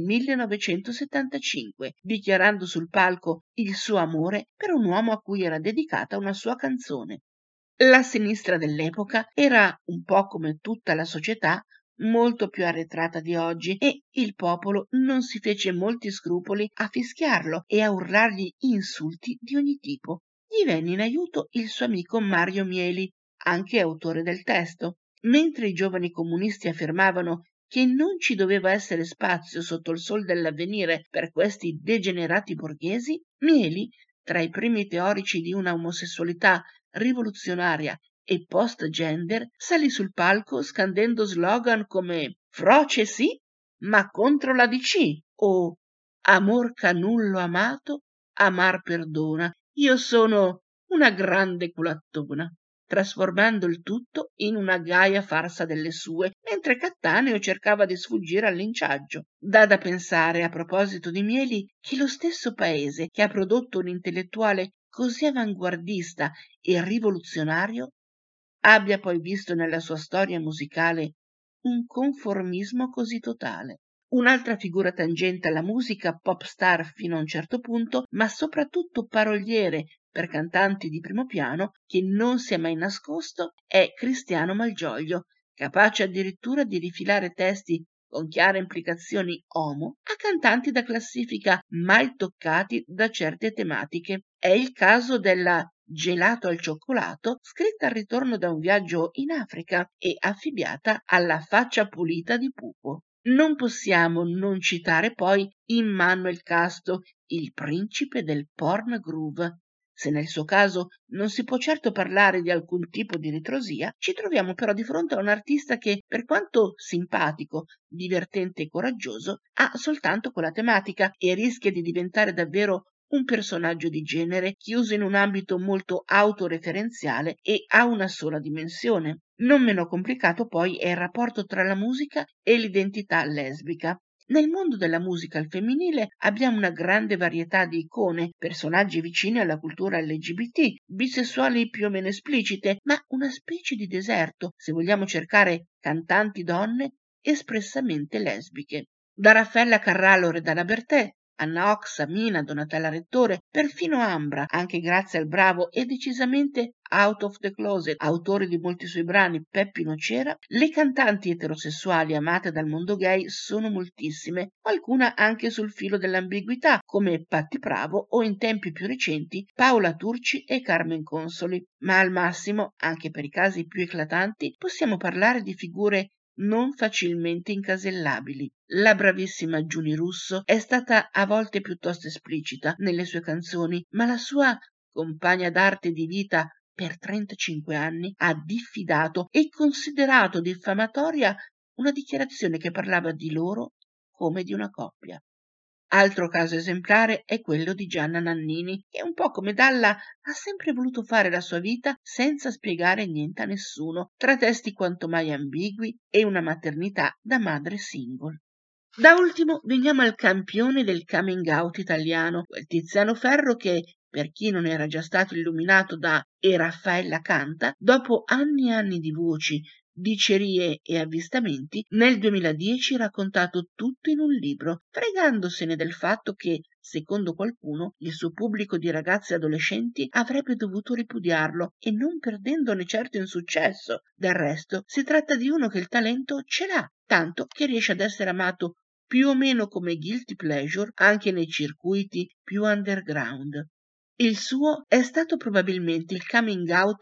1975, dichiarando sul palco il suo amore per un uomo a cui era dedicata una sua canzone. La sinistra dell'epoca era, un po' come tutta la società, molto più arretrata di oggi e il popolo non si fece molti scrupoli a fischiarlo e a urlargli insulti di ogni tipo. Gli venne in aiuto il suo amico Mario Mieli, anche autore del testo. Mentre i giovani comunisti affermavano che non ci doveva essere spazio sotto il sol dell'avvenire per questi degenerati borghesi, Mieli, tra i primi teorici di una omosessualità rivoluzionaria e post-gender, salì sul palco scandendo slogan come «Froce sì, ma contro la DC» o «Amor canullo amato, amar perdona, io sono una grande culattona», trasformando il tutto in una gaia farsa delle sue, mentre Cattaneo cercava di sfuggire al linciaggio. Dà da pensare, a proposito di Mieli, che lo stesso paese che ha prodotto un intellettuale così avanguardista e rivoluzionario abbia poi visto nella sua storia musicale un conformismo così totale. Un'altra figura tangente alla musica pop star fino a un certo punto, ma soprattutto paroliere per cantanti di primo piano, che non si è mai nascosto, è Cristiano Malgioglio, capace addirittura di rifilare testi con chiare implicazioni homo a cantanti da classifica mai toccati da certe tematiche. È il caso della Gelato al cioccolato, scritta al ritorno da un viaggio in Africa e affibbiata alla faccia pulita di Pupo. Non possiamo non citare poi Immanuel Casto, il principe del porn groove. Se nel suo caso non si può certo parlare di alcun tipo di ritrosia, ci troviamo però di fronte a un artista che, per quanto simpatico, divertente e coraggioso, ha soltanto quella tematica e rischia di diventare davvero un personaggio di genere chiuso in un ambito molto autoreferenziale e a una sola dimensione. Non meno complicato poi è il rapporto tra la musica e l'identità lesbica. Nel mondo della musica al femminile abbiamo una grande varietà di icone, personaggi vicini alla cultura LGBT, bisessuali più o meno esplicite, ma una specie di deserto se vogliamo cercare cantanti donne espressamente lesbiche. Da Raffaella Carrà a Loredana Bertè, Anna Oxa, Mina, Donatella Rettore, perfino Ambra, anche grazie al bravo e decisamente out of the closet, autore di molti suoi brani, Peppino Cera, le cantanti eterosessuali amate dal mondo gay sono moltissime, qualcuna anche sul filo dell'ambiguità, come Patti Bravo o in tempi più recenti Paola Turci e Carmen Consoli, ma al massimo, anche per i casi più eclatanti, possiamo parlare di figure non facilmente incasellabili. La bravissima Giuni Russo è stata a volte piuttosto esplicita nelle sue canzoni, ma la sua compagna d'arte di vita per 35 anni ha diffidato e considerato diffamatoria una dichiarazione che parlava di loro come di una coppia. Altro caso esemplare è quello di Gianna Nannini, che un po' come Dalla ha sempre voluto fare la sua vita senza spiegare niente a nessuno, tra testi quanto mai ambigui e una maternità da madre single. Da ultimo veniamo al campione del coming out italiano, quel Tiziano Ferro che, per chi non era già stato illuminato da E Raffaella canta, dopo anni e anni di voci, dicerie e avvistamenti, nel 2010 ha raccontato tutto in un libro, fregandosene del fatto che, secondo qualcuno, il suo pubblico di ragazzi e adolescenti avrebbe dovuto ripudiarlo e non perdendone certo in successo. Del resto, si tratta di uno che il talento ce l'ha, tanto che riesce ad essere amato più o meno come guilty pleasure anche nei circuiti più underground. Il suo è stato probabilmente il coming out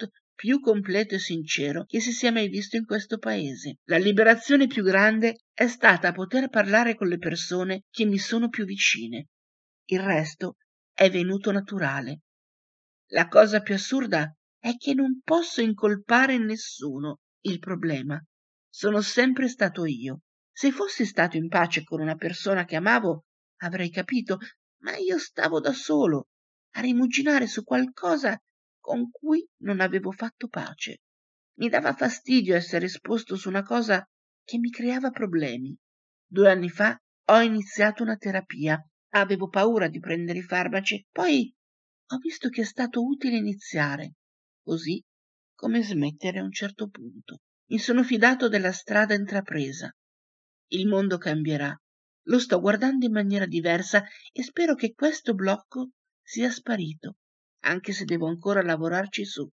più completo e sincero che si sia mai visto in questo paese. La liberazione più grande è stata poter parlare con le persone che mi sono più vicine. Il resto è venuto naturale. La cosa più assurda è che non posso incolpare nessuno. Il problema sono sempre stato io. Se fossi stato in pace con una persona che amavo, avrei capito, ma io stavo da solo a rimuginare su qualcosa con cui non avevo fatto pace. Mi dava fastidio essere esposto su una cosa che mi creava problemi. 2 anni fa ho iniziato una terapia. Avevo paura di prendere i farmaci, poi ho visto che è stato utile iniziare, così come smettere a un certo punto. Mi sono fidato della strada intrapresa. Il mondo cambierà. Lo sto guardando in maniera diversa e spero che questo blocco sia sparito, anche se devo ancora lavorarci su.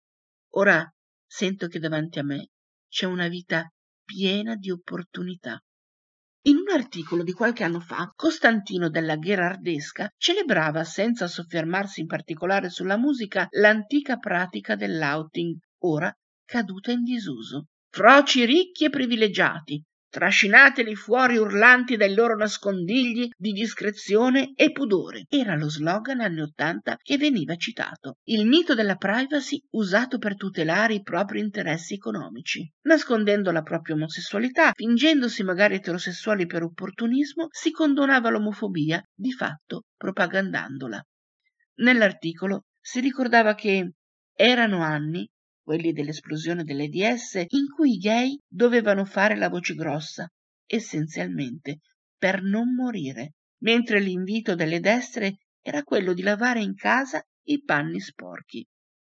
Ora sento che davanti a me c'è una vita piena di opportunità. In un articolo di qualche anno fa, Costantino della Gherardesca celebrava, senza soffermarsi in particolare sulla musica, l'antica pratica dell'outing, ora caduta in disuso. Froci ricchi e privilegiati, trascinateli fuori urlanti dai loro nascondigli di discrezione e pudore. Era lo slogan anni '80 che veniva citato. Il mito della privacy usato per tutelare i propri interessi economici. Nascondendo la propria omosessualità, fingendosi magari eterosessuali per opportunismo, si condonava l'omofobia, di fatto propagandandola. Nell'articolo si ricordava che erano anni, quelli dell'esplosione dell'AIDS, in cui i gay dovevano fare la voce grossa, essenzialmente per non morire, mentre l'invito delle destre era quello di lavare in casa i panni sporchi,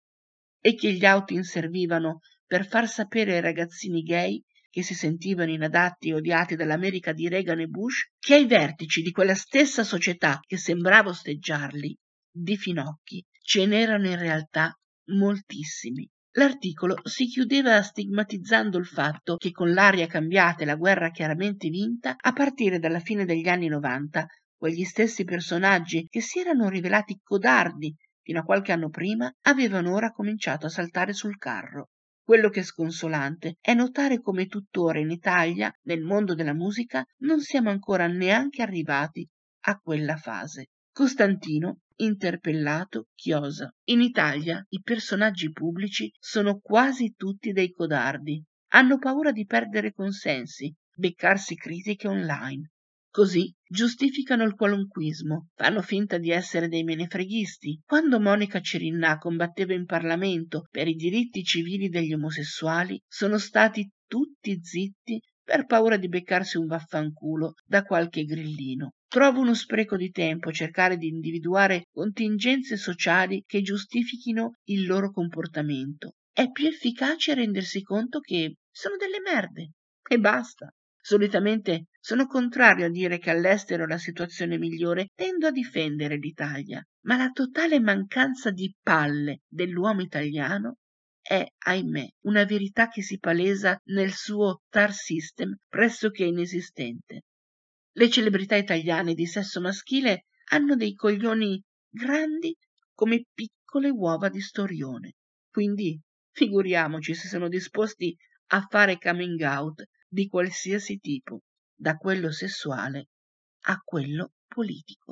e che gli outing servivano per far sapere ai ragazzini gay che si sentivano inadatti e odiati dall'America di Reagan e Bush che ai vertici di quella stessa società che sembrava osteggiarli, di finocchi, ce n'erano in realtà moltissimi. L'articolo si chiudeva stigmatizzando il fatto che con l'aria cambiata e la guerra chiaramente vinta, a partire dalla fine degli anni '90, quegli stessi personaggi che si erano rivelati codardi fino a qualche anno prima, avevano ora cominciato a saltare sul carro. Quello che è sconsolante è notare come tuttora in Italia, nel mondo della musica, non siamo ancora neanche arrivati a quella fase. Costantino, interpellato, chiosa. In Italia i personaggi pubblici sono quasi tutti dei codardi. Hanno paura di perdere consensi, beccarsi critiche online. Così giustificano il qualunquismo, fanno finta di essere dei menefreghisti. Quando Monica Cirinnà combatteva in Parlamento per i diritti civili degli omosessuali, sono stati tutti zitti per paura di beccarsi un vaffanculo da qualche grillino. Trovo uno spreco di tempo cercare di individuare contingenze sociali che giustifichino il loro comportamento. È più efficace rendersi conto che sono delle merde e basta. Solitamente sono contrario a dire che all'estero la situazione è migliore, tendo a difendere l'Italia, ma la totale mancanza di palle dell'uomo italiano è, ahimè, una verità che si palesa nel suo star system pressoché inesistente. Le celebrità italiane di sesso maschile hanno dei coglioni grandi come piccole uova di storione, quindi figuriamoci se sono disposti a fare coming out di qualsiasi tipo, da quello sessuale a quello politico.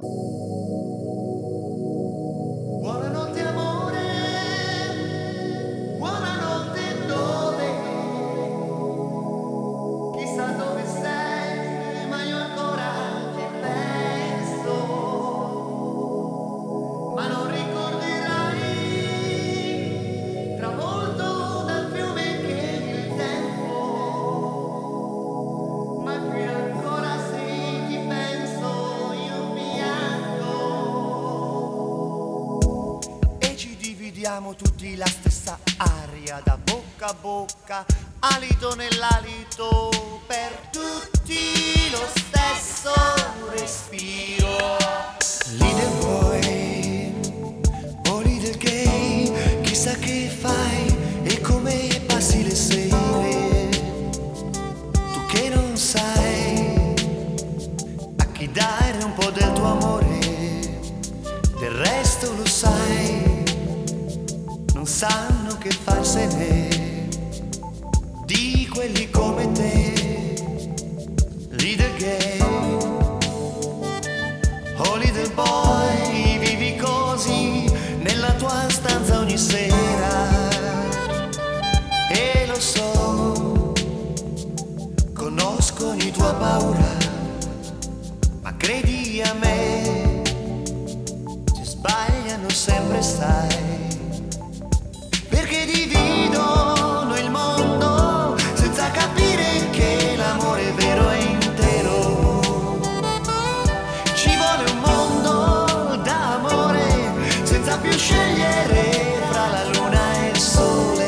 Buonanotte amore, buonanotte dove? Chissà dove sei, ma io ancora ti penso. Ma non ricorderai, travolto dal fiume che il tempo, ma qui ancora se ti penso io piango. E ci dividiamo tutti la stessa aria, da bocca a bocca, alito nell'alito, per tutti lo stesso respiro. Leader boy, o leader gay, chissà che fai e come passi le sere. Tu che non sai a chi dare un po' del tuo amore, del resto lo sai, non sanno che farsi forse di quelli come te, little gay, oh little boy, vivi così nella tua stanza ogni sera, e lo so, conosco ogni tua paura, ma credi a me, se sbagliano sempre sai, perché dividono il mondo senza capire che l'amore vero è intero. Ci vuole un mondo d'amore senza più scegliere fra la luna e il sole.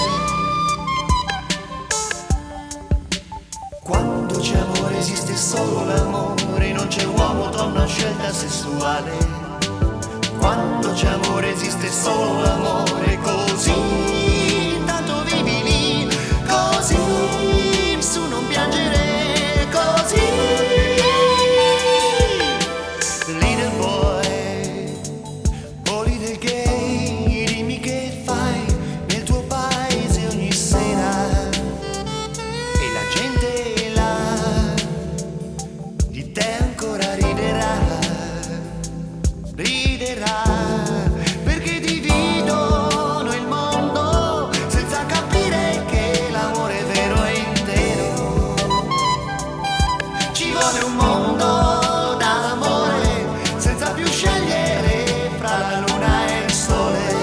Quando c'è amore esiste solo l'amore, non c'è uomo, donna o scelta sessuale. Quando c'è amore esiste solo l'amore, così intanto vivi lì, così su non piangere, così. Little boy, oh little gay, dimmi che fai nel tuo paese ogni sera, e la gente là di te ancora riderà, perché dividono il mondo senza capire che l'amore vero è intero. Ci vuole un mondo d'amore senza più scegliere fra la luna e il sole.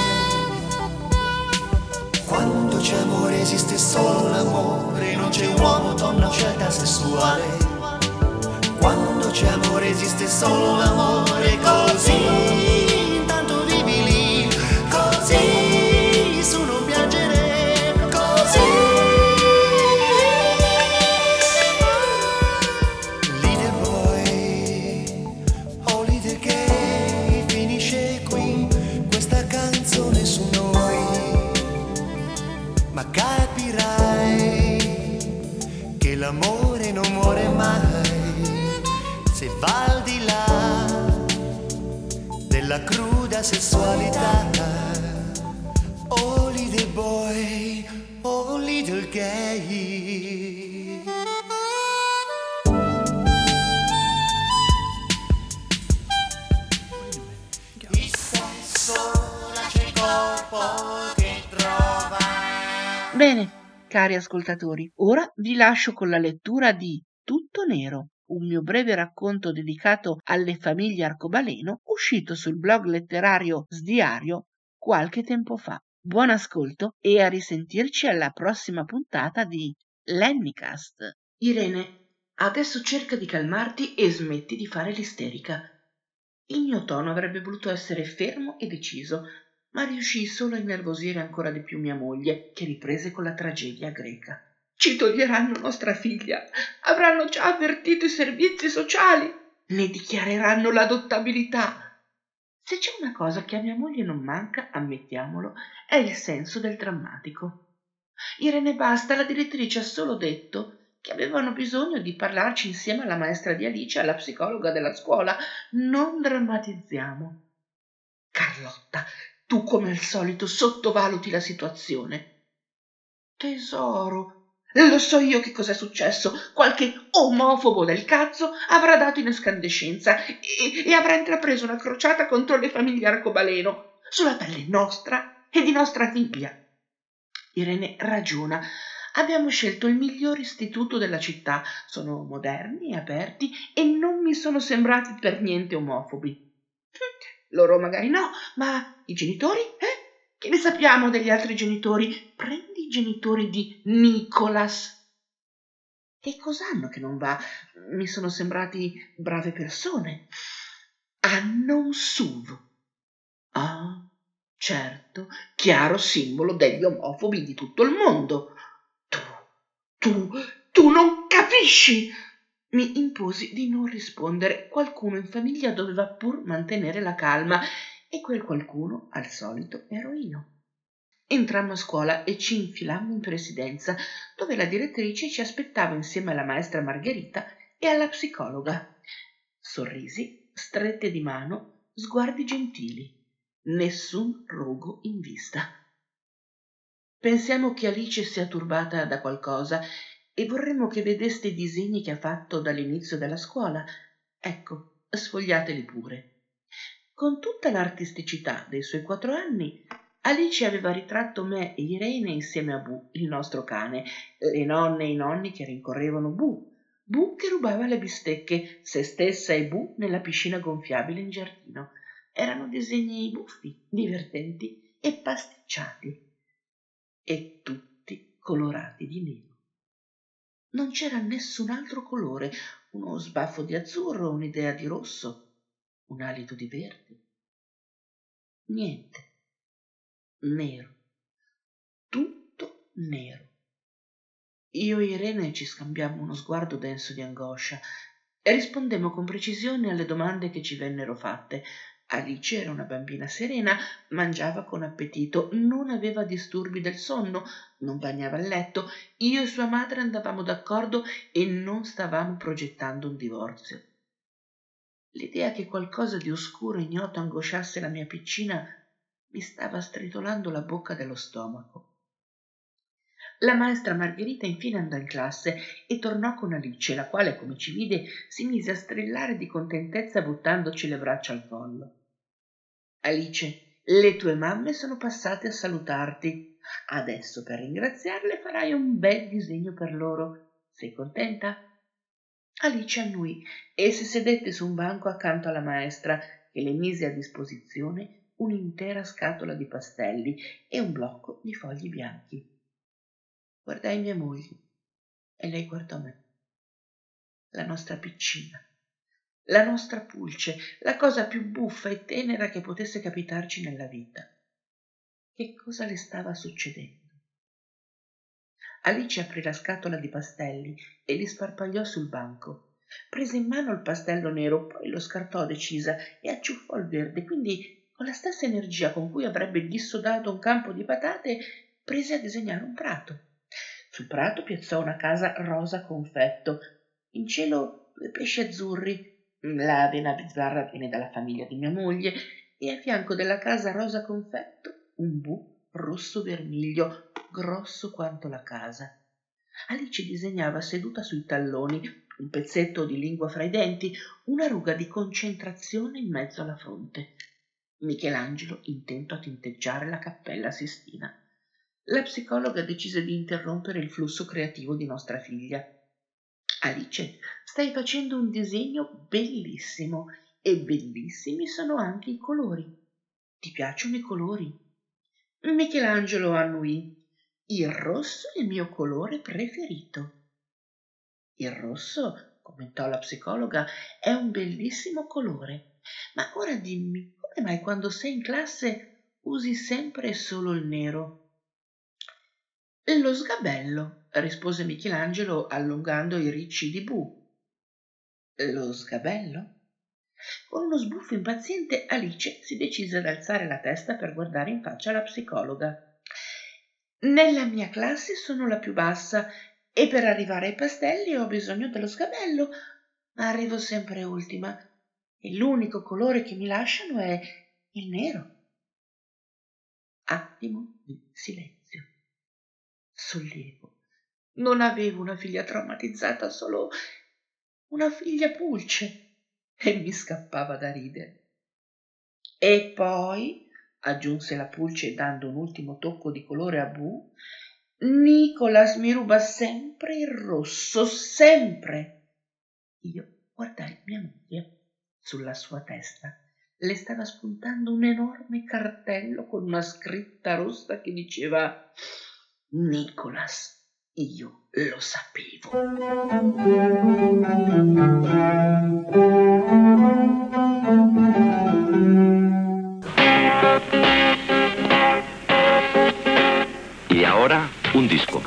Quando c'è amore esiste solo l'amore, non c'è uomo, donna o scelta sessuale. Quando c'è amore esiste solo l'amore, così intanto vivi lì, così su non piangere, così. Little boy, oh little gay, finisce qui questa canzone su noi, ma capirai che l'amore non muore mai se va al di là della cruda sessualità. Oh little boy, oh little gay. Il sesso lascia il corpo che trova. Bene, cari ascoltatori, ora vi lascio con la lettura di Tutto Nero, un mio breve racconto dedicato alle famiglie arcobaleno, uscito sul blog letterario Sdiario qualche tempo fa. Buon ascolto e a risentirci alla prossima puntata di Lennicast. Irene, adesso cerca di calmarti e smetti di fare l'isterica. Il mio tono avrebbe voluto essere fermo e deciso, ma riuscii solo a innervosire ancora di più mia moglie, che riprese con la tragedia greca. Ci toglieranno nostra figlia, avranno già avvertito i servizi sociali, ne dichiareranno l'adottabilità. Se c'è una cosa che a mia moglie non manca, ammettiamolo, è il senso del drammatico. Irene basta, la direttrice ha solo detto che avevano bisogno di parlarci insieme alla maestra di Alice e alla psicologa della scuola. Non drammatizziamo. Carlotta, tu come al solito sottovaluti la situazione. Tesoro, lo so io che cos'è successo. Qualche omofobo del cazzo avrà dato in escandescenza e avrà intrapreso una crociata contro le famiglie arcobaleno, sulla pelle nostra e di nostra figlia. Irene ragiona. Abbiamo scelto il miglior istituto della città. Sono moderni e aperti e non mi sono sembrati per niente omofobi. Loro magari no, ma i genitori? Che ne sappiamo degli altri genitori? Prendi i genitori di Nicholas. Che cos'hanno che non va? Mi sono sembrati brave persone. Hanno un SUV. Ah, certo, chiaro simbolo degli omofobi di tutto il mondo. Tu non capisci! Mi imposi di non rispondere. Qualcuno in famiglia doveva pur mantenere la calma e quel qualcuno, al solito, ero io. Entrammo a scuola e ci infilammo in presidenza, dove la direttrice ci aspettava insieme alla maestra Margherita e alla psicologa. Sorrisi, strette di mano, sguardi gentili. Nessun rogo in vista. Pensiamo che Alice sia turbata da qualcosa e vorremmo che vedeste i disegni che ha fatto dall'inizio della scuola. Ecco, sfogliateli pure. Con tutta l'artisticità dei suoi 4 anni, Alice aveva ritratto me e Irene insieme a Bu, il nostro cane, le nonne e i nonni che rincorrevano Bu che rubava le bistecche, se stessa e Bu nella piscina gonfiabile in giardino. Erano disegni buffi, divertenti e pasticciati, e tutti colorati di nero. Non c'era nessun altro colore, uno sbaffo di azzurro, un'idea di rosso, un alito di verde. Niente. Nero. Tutto nero. Io e Irene ci scambiammo uno sguardo denso di angoscia e rispondemmo con precisione alle domande che ci vennero fatte. Alice era una bambina serena, mangiava con appetito, non aveva disturbi del sonno, non bagnava il letto. Io e sua madre andavamo d'accordo e non stavamo progettando un divorzio. L'idea che qualcosa di oscuro e ignoto angosciasse la mia piccina mi stava stritolando la bocca dello stomaco. La maestra Margherita infine andò in classe e tornò con Alice, la quale, come ci vide, si mise a strillare di contentezza buttandoci le braccia al collo. Alice, le tue mamme sono passate a salutarti. Adesso, per ringraziarle, farai un bel disegno per loro. Sei contenta? Alice annui e si sedette su un banco accanto alla maestra, che le mise a disposizione un'intera scatola di pastelli e un blocco di fogli bianchi. Guardai mia moglie e lei guardò me. La nostra piccina, la nostra pulce, la cosa più buffa e tenera che potesse capitarci nella vita. Che cosa le stava succedendo? Alice aprì la scatola di pastelli e li sparpagliò sul banco. Prese in mano il pastello nero, poi lo scartò decisa e acciuffò il verde, quindi con la stessa energia con cui avrebbe dissodato un campo di patate, prese a disegnare un prato. Sul prato piazzò una casa rosa confetto, in cielo 2 pesci azzurri, la avena bizzarra viene dalla famiglia di mia moglie, e a fianco della casa rosa confetto un Bu rosso vermiglio, grosso quanto la casa. Alice disegnava seduta sui talloni, un pezzetto di lingua fra i denti, una ruga di concentrazione in mezzo alla fronte. Michelangelo intento a tinteggiare la Cappella Sistina. La psicologa decise di interrompere il flusso creativo di nostra figlia. Alice, stai facendo un disegno bellissimo e bellissimi sono anche i colori. Ti piacciono i colori? Michelangelo annuì. Il rosso è il mio colore preferito. Il rosso, commentò la psicologa, è un bellissimo colore. Ma ora dimmi, come mai quando sei in classe usi sempre e solo il nero? Lo sgabello, rispose Michelangelo allungando i ricci di Bu. Lo sgabello? Con uno sbuffo impaziente Alice si decise ad alzare la testa per guardare in faccia la psicologa. Nella mia classe sono la più bassa e per arrivare ai pastelli ho bisogno dello sgabello, ma arrivo sempre ultima e l'unico colore che mi lasciano è il nero. Attimo di silenzio. Sollievo. Non avevo una figlia traumatizzata, solo una figlia pulce, e mi scappava da ridere. E poi, aggiunse la pulce dando un ultimo tocco di colore a Bu, Nicolas mi ruba sempre il rosso, sempre. Io guardai mia moglie. Sulla sua testa le stava spuntando un enorme cartello con una scritta rossa che diceva Nicolas, io lo sapevo. Y ahora un disco.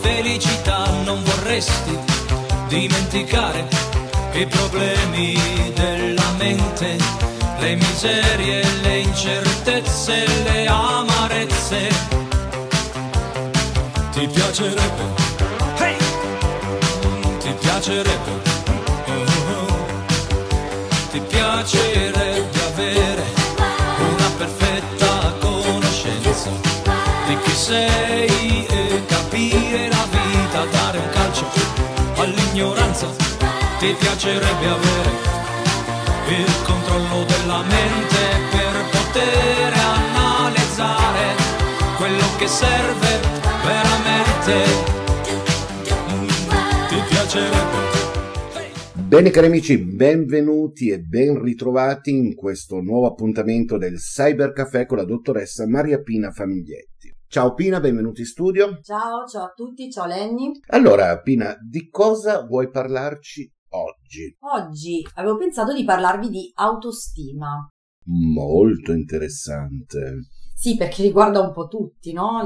felicità, non vorresti dimenticare i problemi della mente, le miserie, le incertezze, le amarezze. Ti piacerebbe, hey! Ti piacerebbe, ti piacerebbe avere una perfetta conoscenza di chi sei e capire la vita, dare un calcio all'ignoranza. Ti piacerebbe avere il controllo della mente per poter analizzare quello che serve veramente. Ti piacerebbe. Bene cari amici, benvenuti e ben ritrovati in questo nuovo appuntamento del Cybercaffè con la dottoressa Maria Pina Famiglietti. Ciao Pina, benvenuti in studio. Ciao a tutti, ciao Lenny. Allora Pina, di cosa vuoi parlarci oggi? Oggi avevo pensato di parlarvi di autostima. Molto interessante. Sì, perché riguarda un po' tutti, no?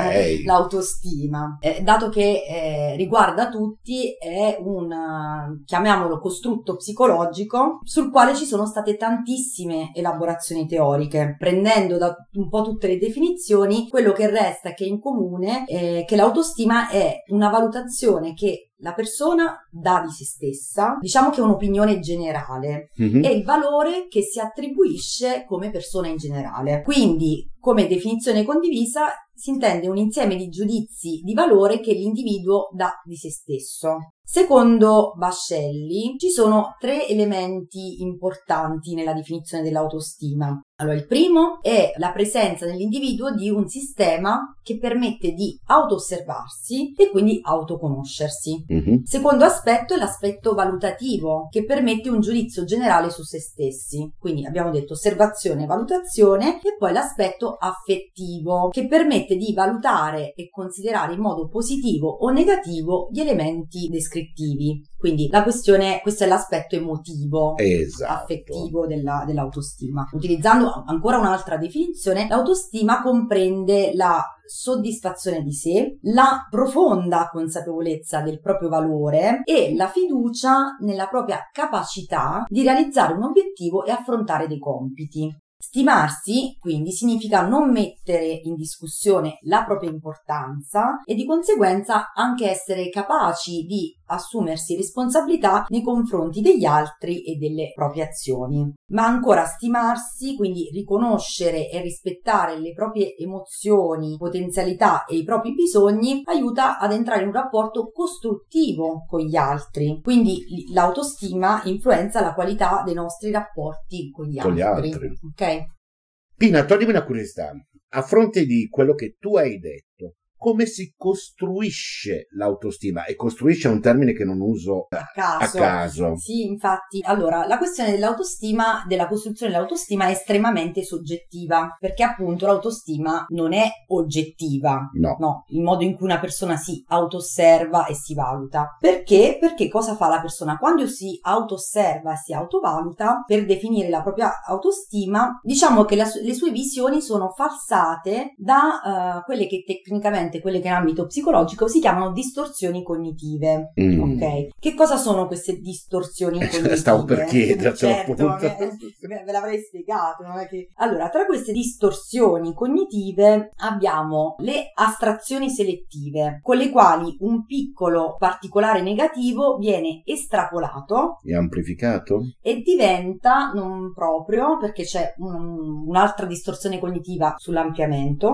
L'autostima. Dato che riguarda tutti, è un, chiamiamolo, costrutto psicologico sul quale ci sono state tantissime elaborazioni teoriche. Prendendo da un po' tutte le definizioni, quello che resta è che è in comune che l'autostima è una valutazione che la persona dà di se stessa, diciamo che è un'opinione generale, è il valore che si attribuisce come persona in generale. Quindi, come definizione condivisa, si intende un insieme di giudizi di valore che l'individuo dà di se stesso. Secondo Bascelli, ci sono 3 elementi importanti nella definizione dell'autostima. Allora, il primo è la presenza nell'individuo di un sistema che permette di auto-osservarsi e quindi autoconoscersi. Secondo aspetto è l'aspetto valutativo, che permette un giudizio generale su se stessi. Quindi abbiamo detto osservazione, valutazione, e poi l'aspetto affettivo, che permette di valutare e considerare in modo positivo o negativo gli elementi descrittivi. Quindi la questione, questo è l'aspetto emotivo, affettivo dell'autostima. Utilizzando ancora un'altra definizione, l'autostima comprende la soddisfazione di sé, la profonda consapevolezza del proprio valore e la fiducia nella propria capacità di realizzare un obiettivo e affrontare dei compiti. Stimarsi, quindi, significa non mettere in discussione la propria importanza e di conseguenza anche essere capaci di assumersi responsabilità nei confronti degli altri e delle proprie azioni. Ma ancora stimarsi, quindi riconoscere e rispettare le proprie emozioni, potenzialità e i propri bisogni, aiuta ad entrare in un rapporto costruttivo con gli altri. Quindi l'autostima influenza la qualità dei nostri rapporti con gli altri. Ok? Pina, toglimi una curiosità. A fronte di quello che tu hai detto, come si costruisce l'autostima? E costruisce è un termine che non uso a caso. Sì, infatti. Allora, la questione dell'autostima, della costruzione dell'autostima è estremamente soggettiva, perché appunto l'autostima non è oggettiva. No, il modo in cui una persona si autoosserva e si valuta. Perché? Perché cosa fa la persona? Quando si autoosserva e si autovaluta, per definire la propria autostima, diciamo che le sue visioni sono falsate da quelle che tecnicamente, quelle che in ambito psicologico si chiamano distorsioni cognitive. Ok? Che cosa sono queste distorsioni cognitive? Stavo per chiedertelo, appunto. Ve l'avrei spiegato. Non è che... Allora, tra queste distorsioni cognitive abbiamo le astrazioni selettive, con le quali un piccolo particolare negativo viene estrapolato e amplificato e diventa non proprio, perché c'è un'altra distorsione cognitiva sull'ampliamento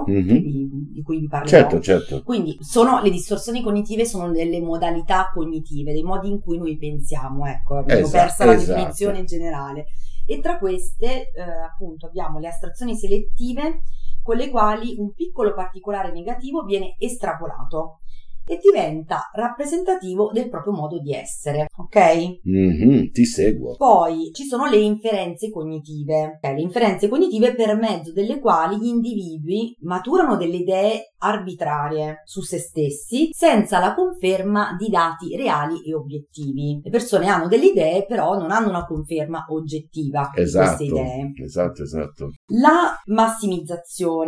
di cui vi parlerò. Certo. Quindi le distorsioni cognitive sono delle modalità cognitive, dei modi in cui noi pensiamo, ecco, abbiamo persa la definizione generale. E tra queste appunto abbiamo le astrazioni selettive, con le quali un piccolo particolare negativo viene estrapolato e diventa rappresentativo del proprio modo di essere, ok? Ti seguo. Poi ci sono le inferenze cognitive, le inferenze cognitive per mezzo delle quali gli individui maturano delle idee arbitrarie su se stessi senza la conferma di dati reali e obiettivi. Le persone hanno delle idee, però non hanno una conferma oggettiva di queste idee. Esatto. La massimizzazione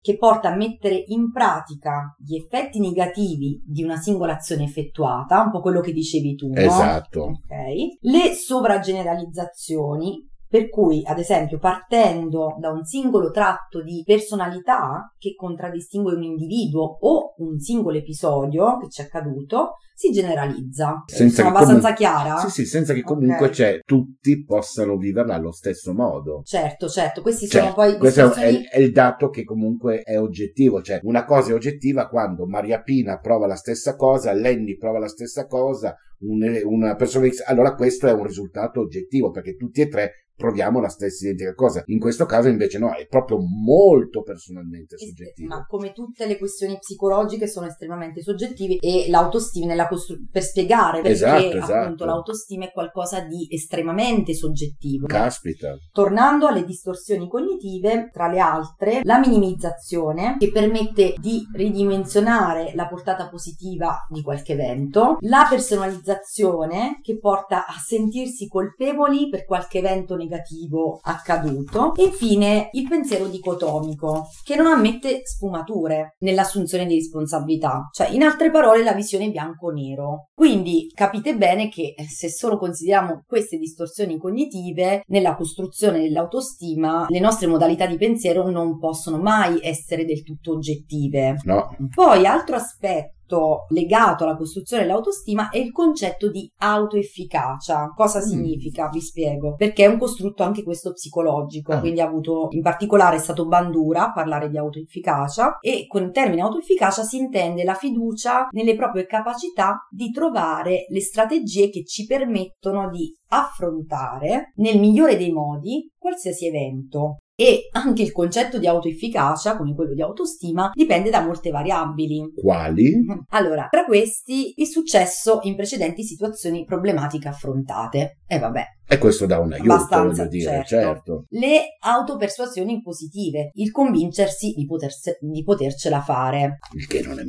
che porta a mettere in pratica gli effetti negativi di una singola azione effettuata, un po' quello che dicevi tu, no? Esatto. Okay. Le sovrageneralizzazioni, per cui, ad esempio, partendo da un singolo tratto di personalità che contraddistingue un individuo o un singolo episodio che ci è accaduto, si generalizza. Sono abbastanza chiara? Sì, senza che comunque tutti possano viverla allo stesso modo. Certo, questi sono poi questo è il dato che comunque è oggettivo, cioè una cosa è oggettiva quando Maria Pina prova la stessa cosa, Lenny prova la stessa cosa, una persona X, allora questo è un risultato oggettivo perché tutti e tre proviamo la stessa identica cosa. In questo caso invece no, è proprio molto personalmente soggettivo. Ma come tutte le questioni psicologiche sono estremamente soggettive, e l'autostima per spiegare perché appunto l'autostima è qualcosa di estremamente soggettivo. Caspita. Tornando alle distorsioni cognitive, tra le altre, la minimizzazione, che permette di ridimensionare la portata positiva di qualche evento, la personalizzazione, che porta a sentirsi colpevoli per qualche evento negativo accaduto, e infine il pensiero dicotomico, che non ammette sfumature nell'assunzione di responsabilità, cioè in altre parole la visione bianco-nero. Quindi capite bene che se solo consideriamo queste distorsioni cognitive nella costruzione dell'autostima, le nostre modalità di pensiero non possono mai essere del tutto oggettive. No. Poi altro aspetto legato alla costruzione dell'autostima è il concetto di autoefficacia. Cosa significa? Vi spiego. Perché è un costrutto anche questo psicologico, quindi in particolare è stato Bandura a parlare di autoefficacia, e con il termine autoefficacia si intende la fiducia nelle proprie capacità di trovare le strategie che ci permettono di affrontare nel migliore dei modi qualsiasi evento. E anche il concetto di autoefficacia, come quello di autostima, dipende da molte variabili. Quali? Allora, tra questi il successo in precedenti situazioni problematiche affrontate. E questo dà un aiuto, abbastanza, voglio dire, certo. Le autopersuasioni positive, il convincersi di potercela fare. Il che non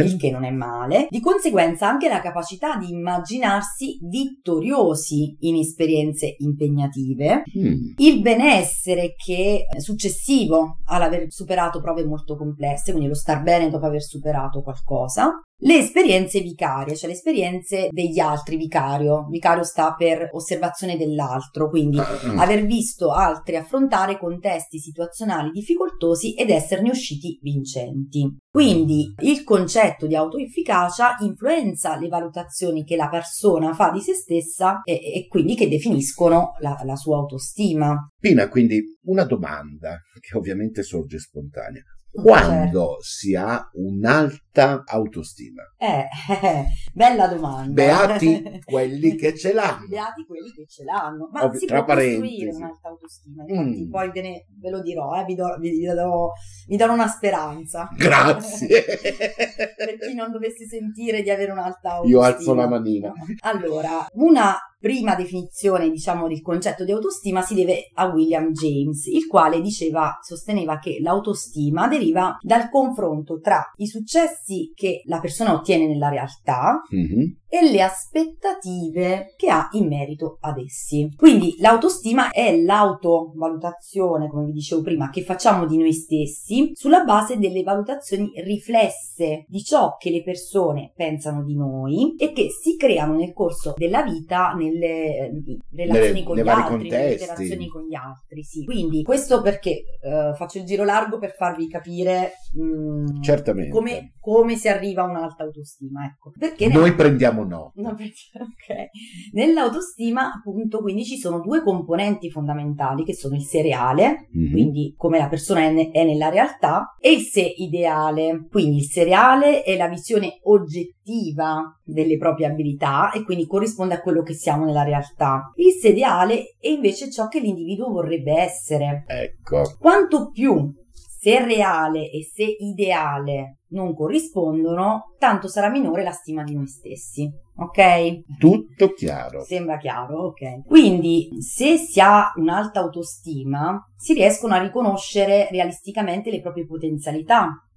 è male. Di conseguenza anche la capacità di immaginarsi vittoriosi in esperienze impegnative. Il benessere che è successivo all'aver superato prove molto complesse, quindi lo star bene dopo aver superato qualcosa. Le esperienze vicarie, cioè le esperienze degli altri. Vicario sta per osservazione dell'altro, quindi aver visto altri affrontare contesti situazionali difficoltosi ed esserne usciti vincenti. Quindi il concetto di autoefficacia influenza le valutazioni che la persona fa di se stessa e quindi che definiscono la sua autostima. Pina, quindi una domanda che ovviamente sorge spontanea. Quando si ha un'alta autostima? Bella domanda. Beati quelli che ce l'hanno. Ma si può costruire un'alta autostima. Infatti poi ve lo dirò, vi darò una speranza. Grazie. Per chi non dovesse sentire di avere un'alta autostima. Io alzo la manina. Allora, una prima definizione, del concetto di autostima si deve a William James, il quale sosteneva che l'autostima deriva dal confronto tra i successi che la persona ottiene nella realtà e le aspettative che ha in merito ad essi. Quindi l'autostima è l'autovalutazione, come vi dicevo prima, che facciamo di noi stessi sulla base delle valutazioni riflesse di ciò che le persone pensano di noi e che si creano nel corso della vita nelle relazioni con gli altri, nelle interazioni con gli altri. Sì. Quindi questo perché faccio il giro largo per farvi capire certamente come si arriva a un'alta autostima. Ecco. Perché noi prendiamo no. Okay. Nell'autostima appunto quindi ci sono due componenti fondamentali che sono il sé reale, quindi come la persona è nella realtà, e il sé ideale. Quindi il sé reale è la visione oggettiva delle proprie abilità e quindi corrisponde a quello che siamo nella realtà. Il sé ideale è invece ciò che l'individuo vorrebbe essere. Ecco. Quanto più sé reale e sé ideale non corrispondono, tanto sarà minore la stima di noi stessi. Ok? Tutto chiaro. Sembra chiaro, ok. Quindi, se si ha un'alta autostima, si riescono a riconoscere realisticamente le proprie potenzialità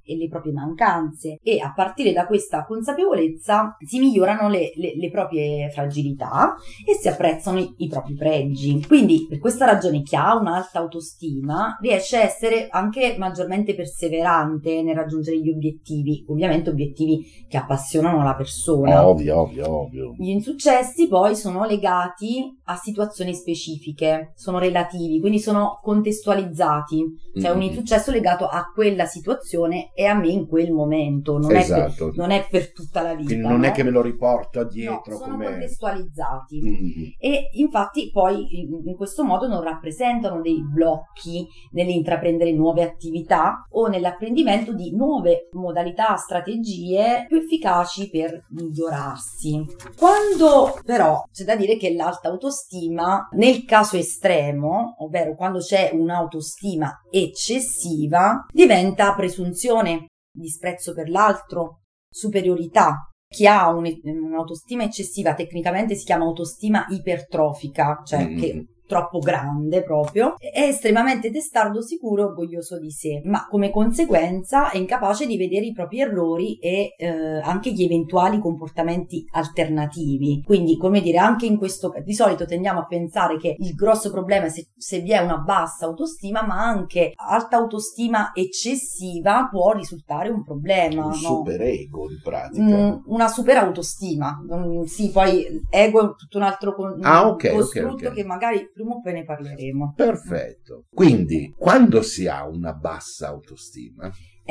e le proprie mancanze, e a partire da questa consapevolezza si migliorano le proprie fragilità e si apprezzano i propri pregi. Quindi per questa ragione chi ha un'alta autostima riesce a essere anche maggiormente perseverante nel raggiungere gli obiettivi, ovviamente obiettivi che appassionano la persona. Ovvio. Gli insuccessi poi sono legati a situazioni specifiche, sono relativi, quindi sono contestualizzati, cioè un insuccesso legato a quella situazione e a me in quel momento, non è per tutta la vita. Quindi non è che me lo riporto dietro, no, sono come... contestualizzati. E infatti poi in questo modo non rappresentano dei blocchi nell'intraprendere nuove attività o nell'apprendimento di nuove modalità, strategie più efficaci per migliorarsi. Quando però c'è da dire che l'alta autostima, nel caso estremo, ovvero quando c'è un'autostima eccessiva, diventa presunzione, disprezzo per l'altro, superiorità. Chi ha un'autostima eccessiva tecnicamente si chiama autostima ipertrofica, cioè che troppo grande proprio, è estremamente testardo, sicuro e orgoglioso di sé, ma come conseguenza è incapace di vedere i propri errori e anche gli eventuali comportamenti alternativi. Quindi, come dire, anche in questo, di solito tendiamo a pensare che il grosso problema è se vi è una bassa autostima, ma anche alta autostima eccessiva può risultare un problema. Un superego in pratica. Una super autostima. Sì, poi ego è tutto un altro costrutto che magari prima o poi ne parleremo. Perfetto. Quindi, quando si ha una bassa autostima?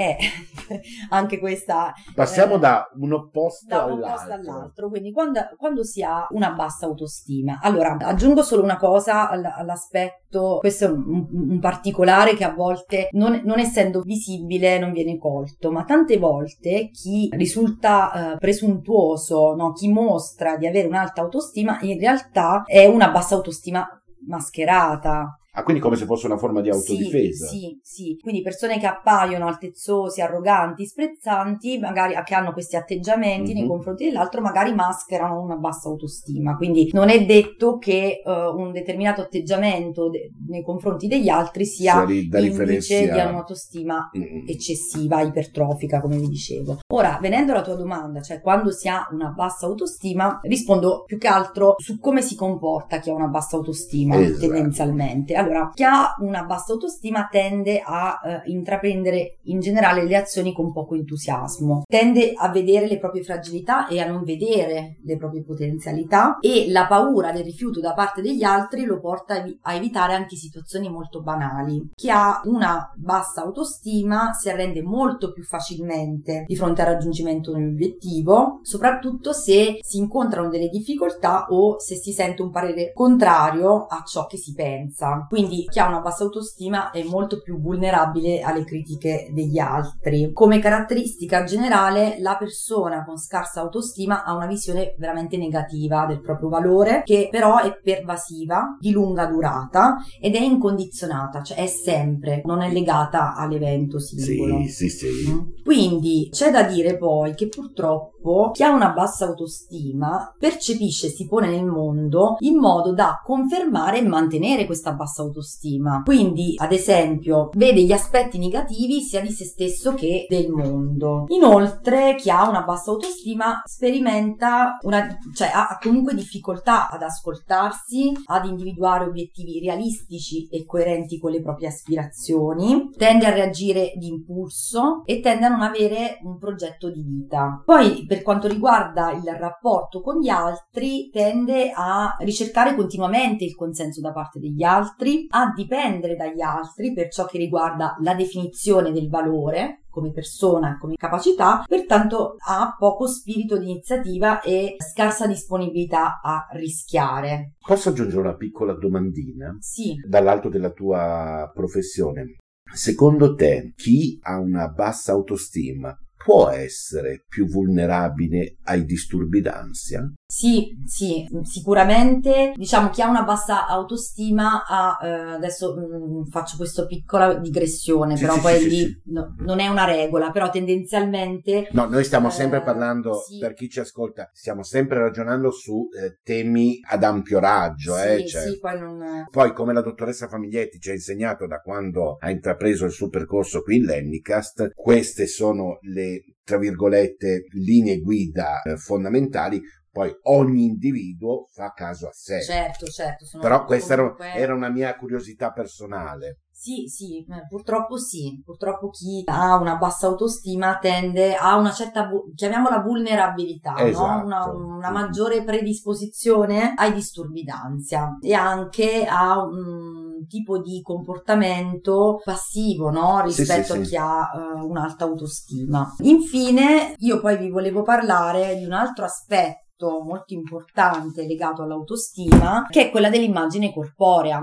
Anche questa... Passiamo da un opposto all'altro. Quindi quando si ha una bassa autostima. Allora, aggiungo solo una cosa all'aspetto, questo è un particolare che a volte, non essendo visibile, non viene colto, ma tante volte chi risulta presuntuoso, no? Chi mostra di avere un'alta autostima, in realtà è una bassa autostima mascherata. Quindi come se fosse una forma di autodifesa. Sì. Quindi persone che appaiono altezzosi, arroganti, sprezzanti, magari che hanno questi atteggiamenti nei confronti dell'altro, magari mascherano una bassa autostima. Quindi non è detto che un determinato atteggiamento nei confronti degli altri sia indice di un'autostima eccessiva, ipertrofica, come vi dicevo. Ora, venendo alla tua domanda, cioè quando si ha una bassa autostima, rispondo più che altro su come si comporta chi ha una bassa autostima, tendenzialmente. Allora, chi ha una bassa autostima tende a intraprendere in generale le azioni con poco entusiasmo, tende a vedere le proprie fragilità e a non vedere le proprie potenzialità, e la paura del rifiuto da parte degli altri lo porta a evitare anche situazioni molto banali. Chi ha una bassa autostima si arrende molto più facilmente di fronte al raggiungimento di un obiettivo, soprattutto se si incontrano delle difficoltà o se si sente un parere contrario a ciò che si pensa. Quindi chi ha una bassa autostima è molto più vulnerabile alle critiche degli altri. Come caratteristica generale, la persona con scarsa autostima ha una visione veramente negativa del proprio valore, che però è pervasiva, di lunga durata ed è incondizionata, cioè è sempre, non è legata all'evento singolo. Sì. Quindi c'è da dire poi che purtroppo chi ha una bassa autostima percepisce e si pone nel mondo in modo da confermare e mantenere questa bassa autostima. Quindi, ad esempio, vede gli aspetti negativi sia di se stesso che del mondo. Inoltre, chi ha una bassa autostima sperimenta ha comunque difficoltà ad ascoltarsi, ad individuare obiettivi realistici e coerenti con le proprie aspirazioni, tende a reagire d'impulso e tende a non avere un progetto di vita. Poi, per quanto riguarda il rapporto con gli altri, tende a ricercare continuamente il consenso da parte degli altri, a dipendere dagli altri per ciò che riguarda la definizione del valore come persona, come capacità, pertanto ha poco spirito di iniziativa e scarsa disponibilità a rischiare. Posso aggiungere una piccola domandina? Sì. Dall'alto della tua professione. Secondo te, chi ha una bassa autostima può essere più vulnerabile ai disturbi d'ansia? Sì, sicuramente, diciamo, chi ha una bassa autostima ha, adesso faccio questa piccola digressione, però poi lì no, non è una regola, però tendenzialmente... No, noi stiamo sempre parlando, per chi ci ascolta, stiamo sempre ragionando su temi ad ampio raggio. Poi come la dottoressa Famiglietti ci ha insegnato da quando ha intrapreso il suo percorso qui in Lennicast, queste sono le, tra virgolette, linee guida fondamentali. Poi ogni individuo fa caso a sé. Certo. Però questa era una mia curiosità personale. Sì, purtroppo sì. Purtroppo chi ha una bassa autostima tende a una certa, chiamiamola vulnerabilità, esatto. No? Una maggiore predisposizione ai disturbi d'ansia e anche a un tipo di comportamento passivo, no? Rispetto a chi ha un'alta autostima. Infine, io poi vi volevo parlare di un altro aspetto molto importante legato all'autostima, che è quella dell'immagine corporea.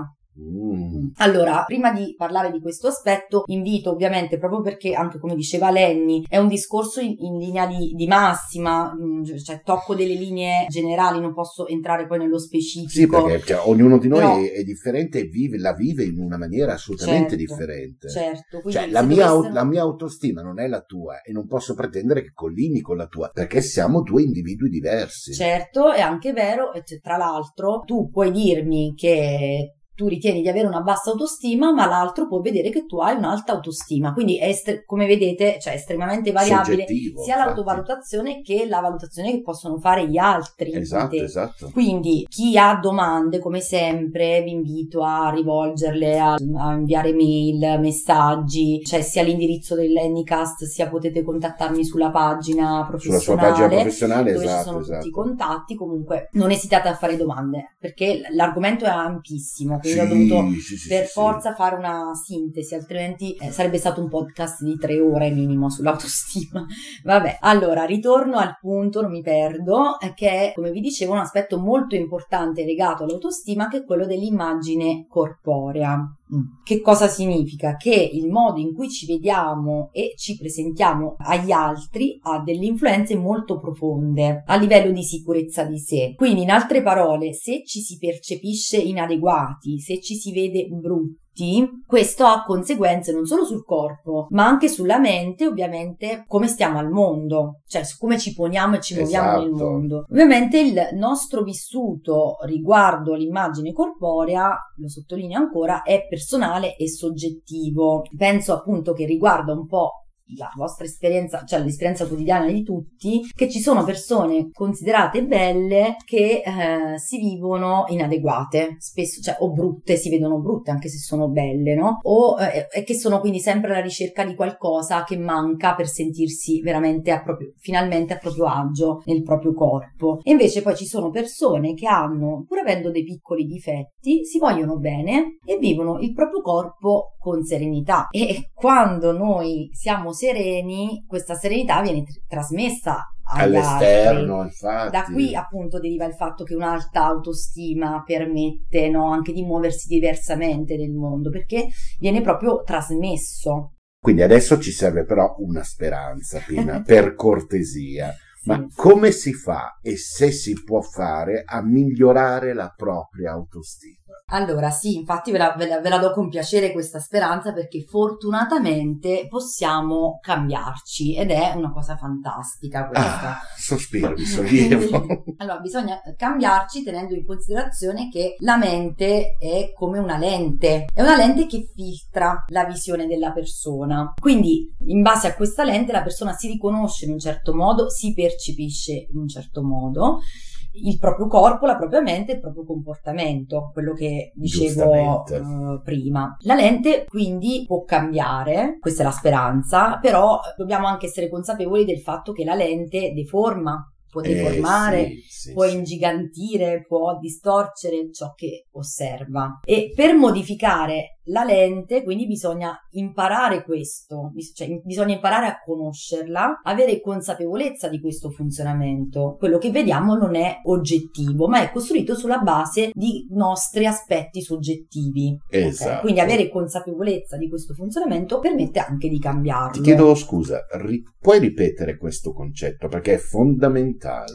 Allora, prima di parlare di questo aspetto, invito ovviamente, proprio perché anche come diceva Lenny, è un discorso in linea di massima, cioè tocco delle linee generali, non posso entrare poi nello specifico. Sì, perché ognuno di noi è differente e la vive in una maniera assolutamente differente. Certo. Cioè, la mia autostima non è la tua e non posso pretendere che collini con la tua, perché siamo due individui diversi. Certo, è anche vero, e tra l'altro tu puoi dirmi che tu ritieni di avere una bassa autostima, ma l'altro può vedere che tu hai un'alta autostima, quindi è come vedete, cioè, estremamente variabile sia l'autovalutazione che la valutazione che possono fare gli altri. Esatto. Quindi chi ha domande, come sempre, vi invito a rivolgerle, a inviare mail, messaggi, cioè sia all'indirizzo del Lennicast, sia potete contattarmi sulla pagina professionale, sulla sua pagina professionale, dove ci sono tutti i contatti. Comunque non esitate a fare domande, perché l'argomento è ampissimo, quindi ho dovuto per forza fare una sintesi, altrimenti sarebbe stato un podcast di 3 ore minimo sull'autostima. Vabbè, allora ritorno al punto, non mi perdo, che è, come vi dicevo, un aspetto molto importante legato all'autostima, che è quello dell'immagine corporea. Che cosa significa? Che il modo in cui ci vediamo e ci presentiamo agli altri ha delle influenze molto profonde a livello di sicurezza di sé. Quindi, in altre parole, se ci si percepisce inadeguati, se ci si vede brutti, questo ha conseguenze non solo sul corpo, ma anche sulla mente, ovviamente, come stiamo al mondo, cioè su come ci poniamo e ci muoviamo nel mondo. Ovviamente il nostro vissuto riguardo l'immagine corporea, lo sottolineo ancora, è personale e soggettivo. Penso appunto che riguarda un po' la vostra esperienza, cioè l'esperienza quotidiana di tutti, che ci sono persone considerate belle che si vivono inadeguate, spesso, cioè, o brutte, si vedono brutte anche se sono belle, no? O che sono quindi sempre alla ricerca di qualcosa che manca per sentirsi veramente finalmente a proprio agio nel proprio corpo. E invece poi ci sono persone che hanno, pur avendo dei piccoli difetti, si vogliono bene e vivono il proprio corpo con serenità. E quando noi siamo sereni, questa serenità viene trasmessa all'esterno, infatti. Da qui appunto deriva il fatto che un'alta autostima permette, no, anche di muoversi diversamente nel mondo, perché viene proprio trasmesso. Quindi adesso ci serve però una speranza, Pina, per cortesia. Ma come si fa, e se si può fare, a migliorare la propria autostima? Allora sì, infatti ve la do con piacere questa speranza, perché fortunatamente possiamo cambiarci ed è una cosa fantastica questa. Sospiro di sollievo. Allora bisogna cambiarci tenendo in considerazione che la mente è come una lente, è una lente che filtra la visione della persona, quindi in base a questa lente la persona si riconosce in un certo modo, si percepisce in un certo modo il proprio corpo, la propria mente, il proprio comportamento, quello che dicevo prima. La lente quindi può cambiare, questa è la speranza, però dobbiamo anche essere consapevoli del fatto che la lente deforma, può deformare, può ingigantire, può distorcere ciò che osserva. E per modificare la lente, quindi bisogna imparare questo, cioè bisogna imparare a conoscerla, avere consapevolezza di questo funzionamento. Quello che vediamo non è oggettivo, ma è costruito sulla base di nostri aspetti soggettivi. Esatto. Okay? Quindi avere consapevolezza di questo funzionamento permette anche di cambiarlo. Ti chiedo scusa, puoi ripetere questo concetto perché è fondamentale?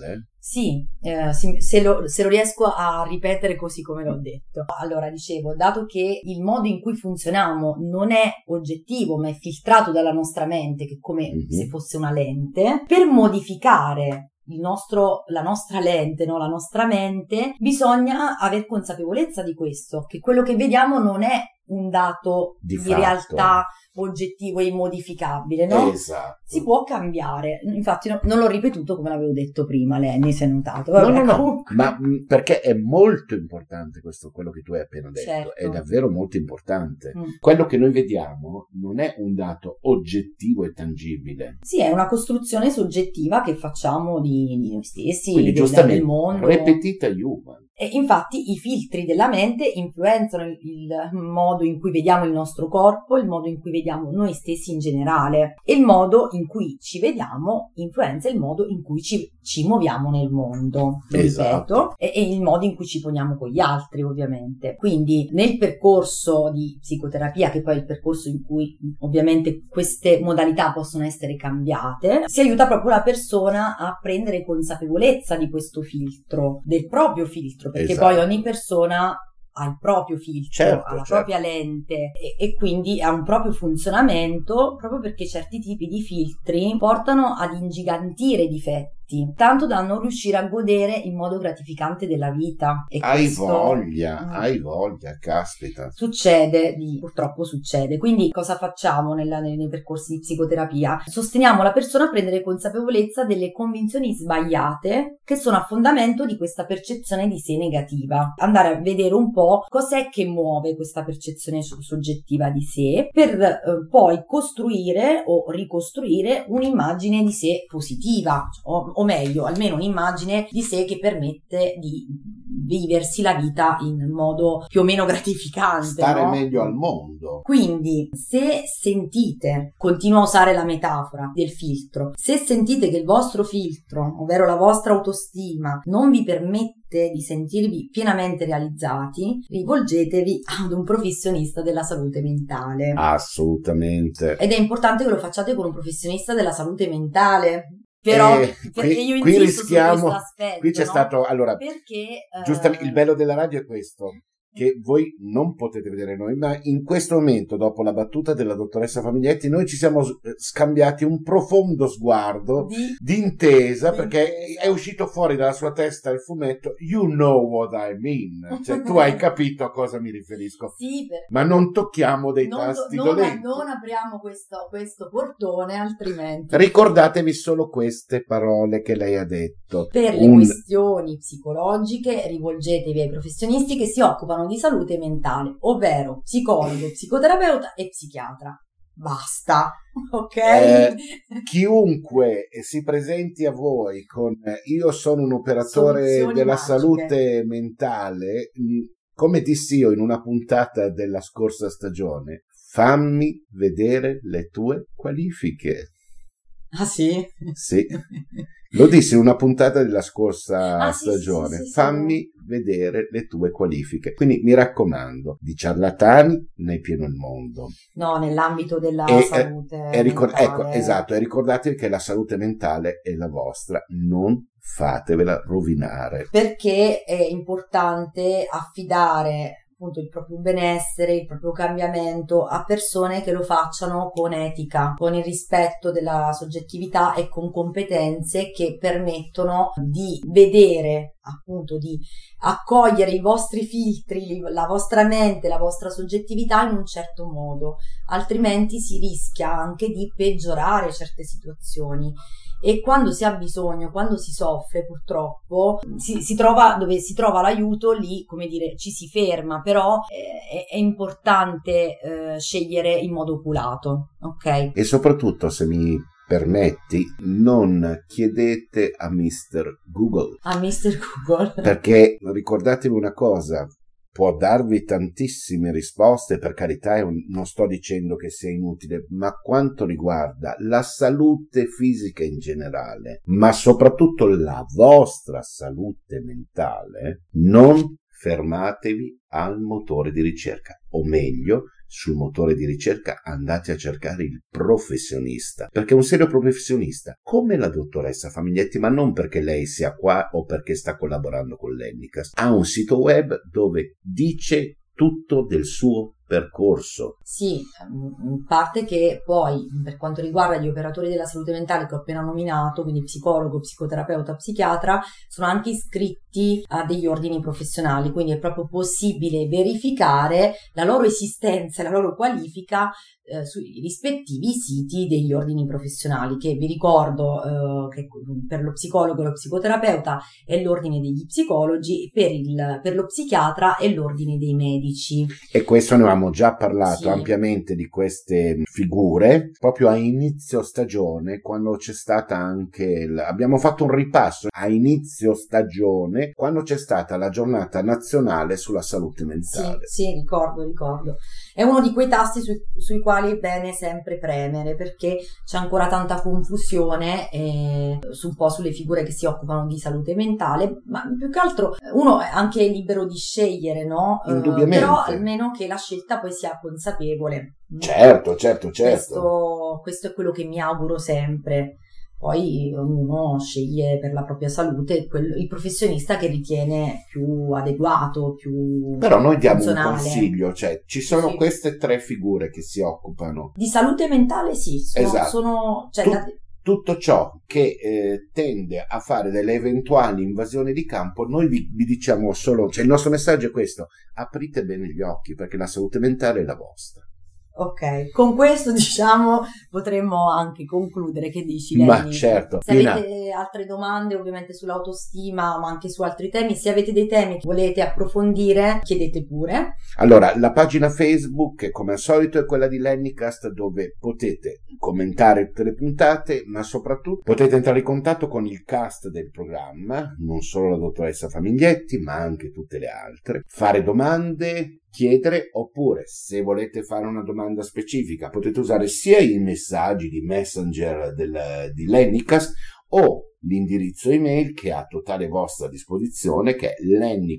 Sì, se lo riesco a ripetere così come l'ho detto. Allora, dicevo, dato che il modo in cui funzioniamo non è oggettivo, ma è filtrato dalla nostra mente, che è come se fosse una lente, per modificare la nostra lente, no? La nostra mente, bisogna aver consapevolezza di questo, che quello che vediamo non è un dato di realtà oggettivo e immodificabile, no? Esatto. Si può cambiare. Infatti non l'ho ripetuto come l'avevo detto prima, Lenny, si è notato. Vabbè, no, ma perché è molto importante questo, quello che tu hai appena detto, certo. È davvero molto importante. Quello che noi vediamo non è un dato oggettivo e tangibile. Sì, è una costruzione soggettiva che facciamo di noi stessi, quindi giustamente del mondo. Repetita human. E infatti i filtri della mente influenzano il modo in cui vediamo il nostro corpo, il modo in cui vediamo noi stessi in generale, e il modo in cui ci vediamo influenza il modo in cui ci muoviamo nel mondo, ripeto, e il modo in cui ci poniamo con gli altri, ovviamente. Quindi nel percorso di psicoterapia, che poi è il percorso in cui ovviamente queste modalità possono essere cambiate, si aiuta proprio la persona a prendere consapevolezza di questo filtro, del proprio filtro, perché poi ogni persona ha il proprio filtro, ha la propria lente e quindi ha un proprio funzionamento, proprio perché certi tipi di filtri portano ad ingigantire i difetti, tanto da non riuscire a godere in modo gratificante della vita. E hai voglia, caspita. Purtroppo succede. Quindi cosa facciamo nei percorsi di psicoterapia? Sosteniamo la persona a prendere consapevolezza delle convinzioni sbagliate che sono a fondamento di questa percezione di sé negativa. Andare a vedere un po' cos'è che muove questa percezione soggettiva di sé, per poi costruire o ricostruire un'immagine di sé positiva, o meglio, almeno un'immagine di sé che permette di viversi la vita in modo più o meno gratificante. Stare meglio al mondo. Quindi, se sentite, continuo a usare la metafora del filtro, se sentite che il vostro filtro, ovvero la vostra autostima, non vi permette di sentirvi pienamente realizzati, rivolgetevi ad un professionista della salute mentale. Assolutamente. Ed è importante che lo facciate con un professionista della salute mentale. Però perché io qui insisto rischiamo, su questo aspetto, qui c'è stato, allora, perché giustamente il bello della radio è questo, che voi non potete vedere noi, ma in questo momento, dopo la battuta della dottoressa Famiglietti, noi ci siamo scambiati un profondo sguardo di intesa, perché è uscito fuori dalla sua testa il fumetto You know what I mean, cioè tu hai capito a cosa mi riferisco, ma non tocchiamo dei tasti dolenti. Non apriamo questo portone, altrimenti ricordatevi solo queste parole che lei ha detto. Per le questioni psicologiche rivolgetevi ai professionisti che si occupano di salute mentale, ovvero psicologo, psicoterapeuta e psichiatra. Basta, ok? Chiunque si presenti a voi con io sono un operatore soluzioni della magiche. Salute mentale, come dissi io in una puntata della scorsa stagione, fammi vedere le tue qualifiche. Ah sì? Sì, lo dissi in una puntata della scorsa stagione, fammi vedere le tue qualifiche. Quindi mi raccomando, di ciarlatani ne è pieno il mondo. No, nell'ambito della salute mentale. Ecco, esatto, e ricordatevi che la salute mentale è la vostra, non fatevela rovinare. Perché è importante affidare appunto il proprio benessere, il proprio cambiamento a persone che lo facciano con etica, con il rispetto della soggettività e con competenze che permettono di vedere, appunto, di accogliere i vostri filtri, la vostra mente, la vostra soggettività in un certo modo, altrimenti si rischia anche di peggiorare certe situazioni. E quando si ha bisogno, quando si soffre, purtroppo si trova dove si trova l'aiuto, lì, come dire, ci si ferma, però è importante scegliere in modo oculato, ok? E soprattutto, se mi permetti, non chiedete a Mr. Google. A Mr. Google. Perché ricordatevi una cosa, può darvi tantissime risposte, per carità, non sto dicendo che sia inutile, ma quanto riguarda la salute fisica in generale, ma soprattutto la vostra salute mentale, non fermatevi al motore di ricerca, o meglio, sul motore di ricerca, andate a cercare il professionista, perché è un serio professionista, come la dottoressa Famiglietti, ma non perché lei sia qua o perché sta collaborando con l'Ennicast. Ha un sito web dove dice tutto del suo percorso. Sì, in parte che poi per quanto riguarda gli operatori della salute mentale che ho appena nominato, quindi psicologo, psicoterapeuta, psichiatra, sono anche iscritti a degli ordini professionali, quindi è proprio possibile verificare la loro esistenza e la loro qualifica sui rispettivi siti degli ordini professionali, che vi ricordo che per lo psicologo e lo psicoterapeuta è l'ordine degli psicologi, per lo psichiatra è l'ordine dei medici. E questo ne avevamo già parlato sì, ampiamente di queste figure proprio a inizio stagione, quando c'è stata anche abbiamo fatto un ripasso a inizio stagione quando c'è stata la giornata nazionale sulla salute mentale. Sì, ricordo. È uno di quei tasti sui quali è bene sempre premere, perché c'è ancora tanta confusione su un po' sulle figure che si occupano di salute mentale, ma più che altro uno è anche libero di scegliere, no? Indubbiamente. Però almeno che la scelta poi sia consapevole. Certo. Questo è quello che mi auguro sempre. Poi ognuno sceglie per la propria salute il professionista che ritiene più adeguato, più Però noi diamo funzionale. un consiglio, cioè ci sono Sì. queste 3 figure che si occupano Di salute mentale, sì. Esatto. Tutto ciò che tende a fare delle eventuali invasioni di campo, noi vi diciamo solo, cioè il nostro messaggio è questo: aprite bene gli occhi, perché la salute mentale è la vostra. Ok, con questo diciamo potremmo anche concludere. Che dici, Lenny? Ma certo. Se avete altre domande ovviamente sull'autostima, ma anche su altri temi, se avete dei temi che volete approfondire, chiedete pure. Allora, la pagina Facebook, come al solito, è quella di l'Ennicast, dove potete commentare tutte le puntate, ma soprattutto potete entrare in contatto con il cast del programma, non solo la dottoressa Famiglietti, ma anche tutte le altre, fare domande, chiedere, oppure se volete fare una domanda specifica potete usare sia i messaggi di Messenger di l'Ennicast o l'indirizzo email che è a totale vostra disposizione, che è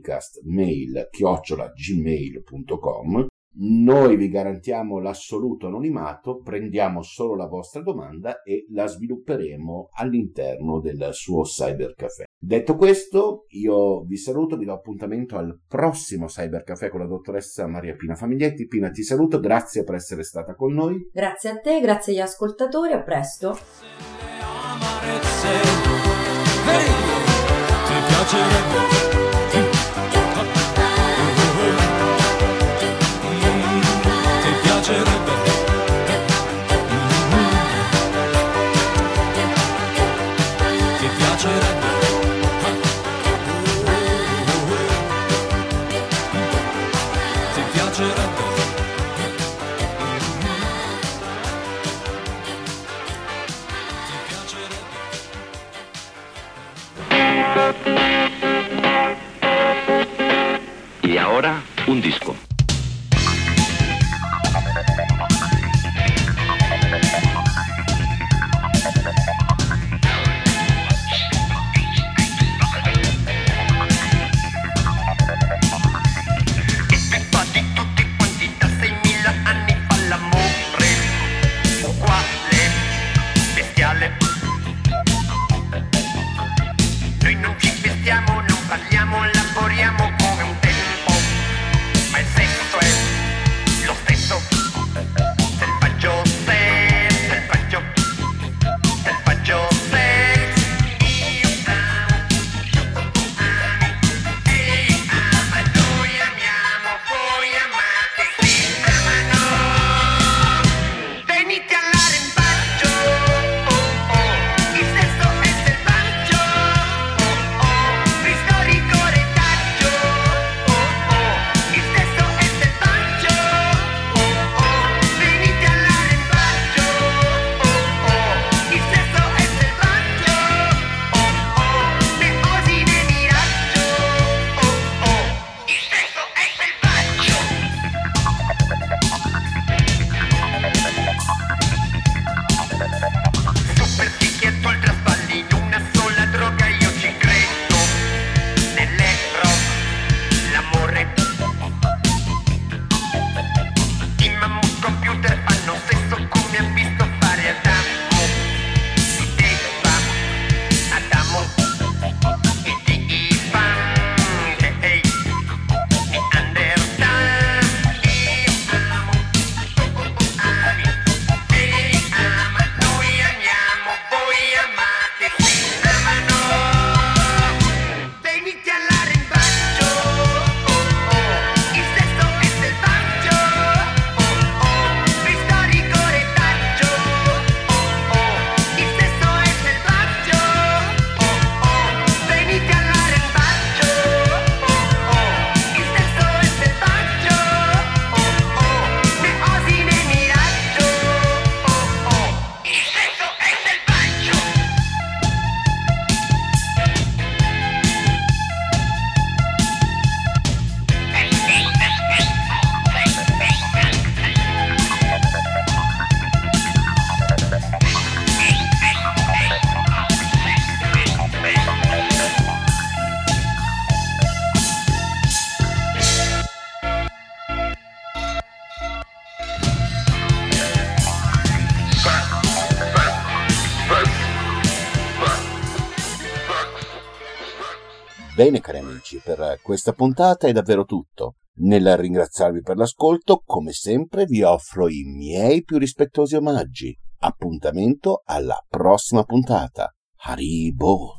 lennicastmail@gmail.com. Noi vi garantiamo l'assoluto anonimato, prendiamo solo la vostra domanda e la svilupperemo all'interno del suo cybercaffè. Detto questo, io vi saluto, vi do appuntamento al prossimo cybercaffè con la dottoressa Maria Pina Famiglietti. Pina, ti saluto, grazie per essere stata con noi. Grazie a te, grazie agli ascoltatori, a presto. Ti piacerebbe? Y ahora, un disco. Noi non ci vestiamo, non parliamo, lavoriamo come un tempo, ma è sempre Bene cari amici, per questa puntata è davvero tutto. Nel ringraziarvi per l'ascolto, come sempre vi offro i miei più rispettosi omaggi. Appuntamento alla prossima puntata. Haribo!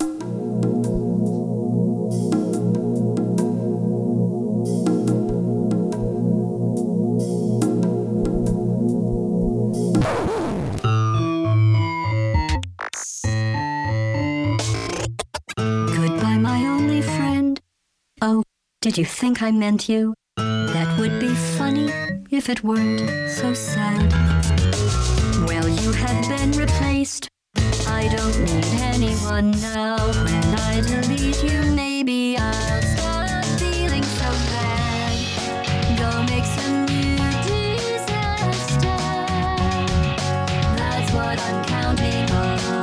Goodbye, my only friend. Oh, did you think I meant you? That would be funny if it weren't so sad. Well, you have been replaced. I don't need anyone now. When I delete you, maybe I'll stop feeling so bad. Go make some new disaster. That's what I'm counting on.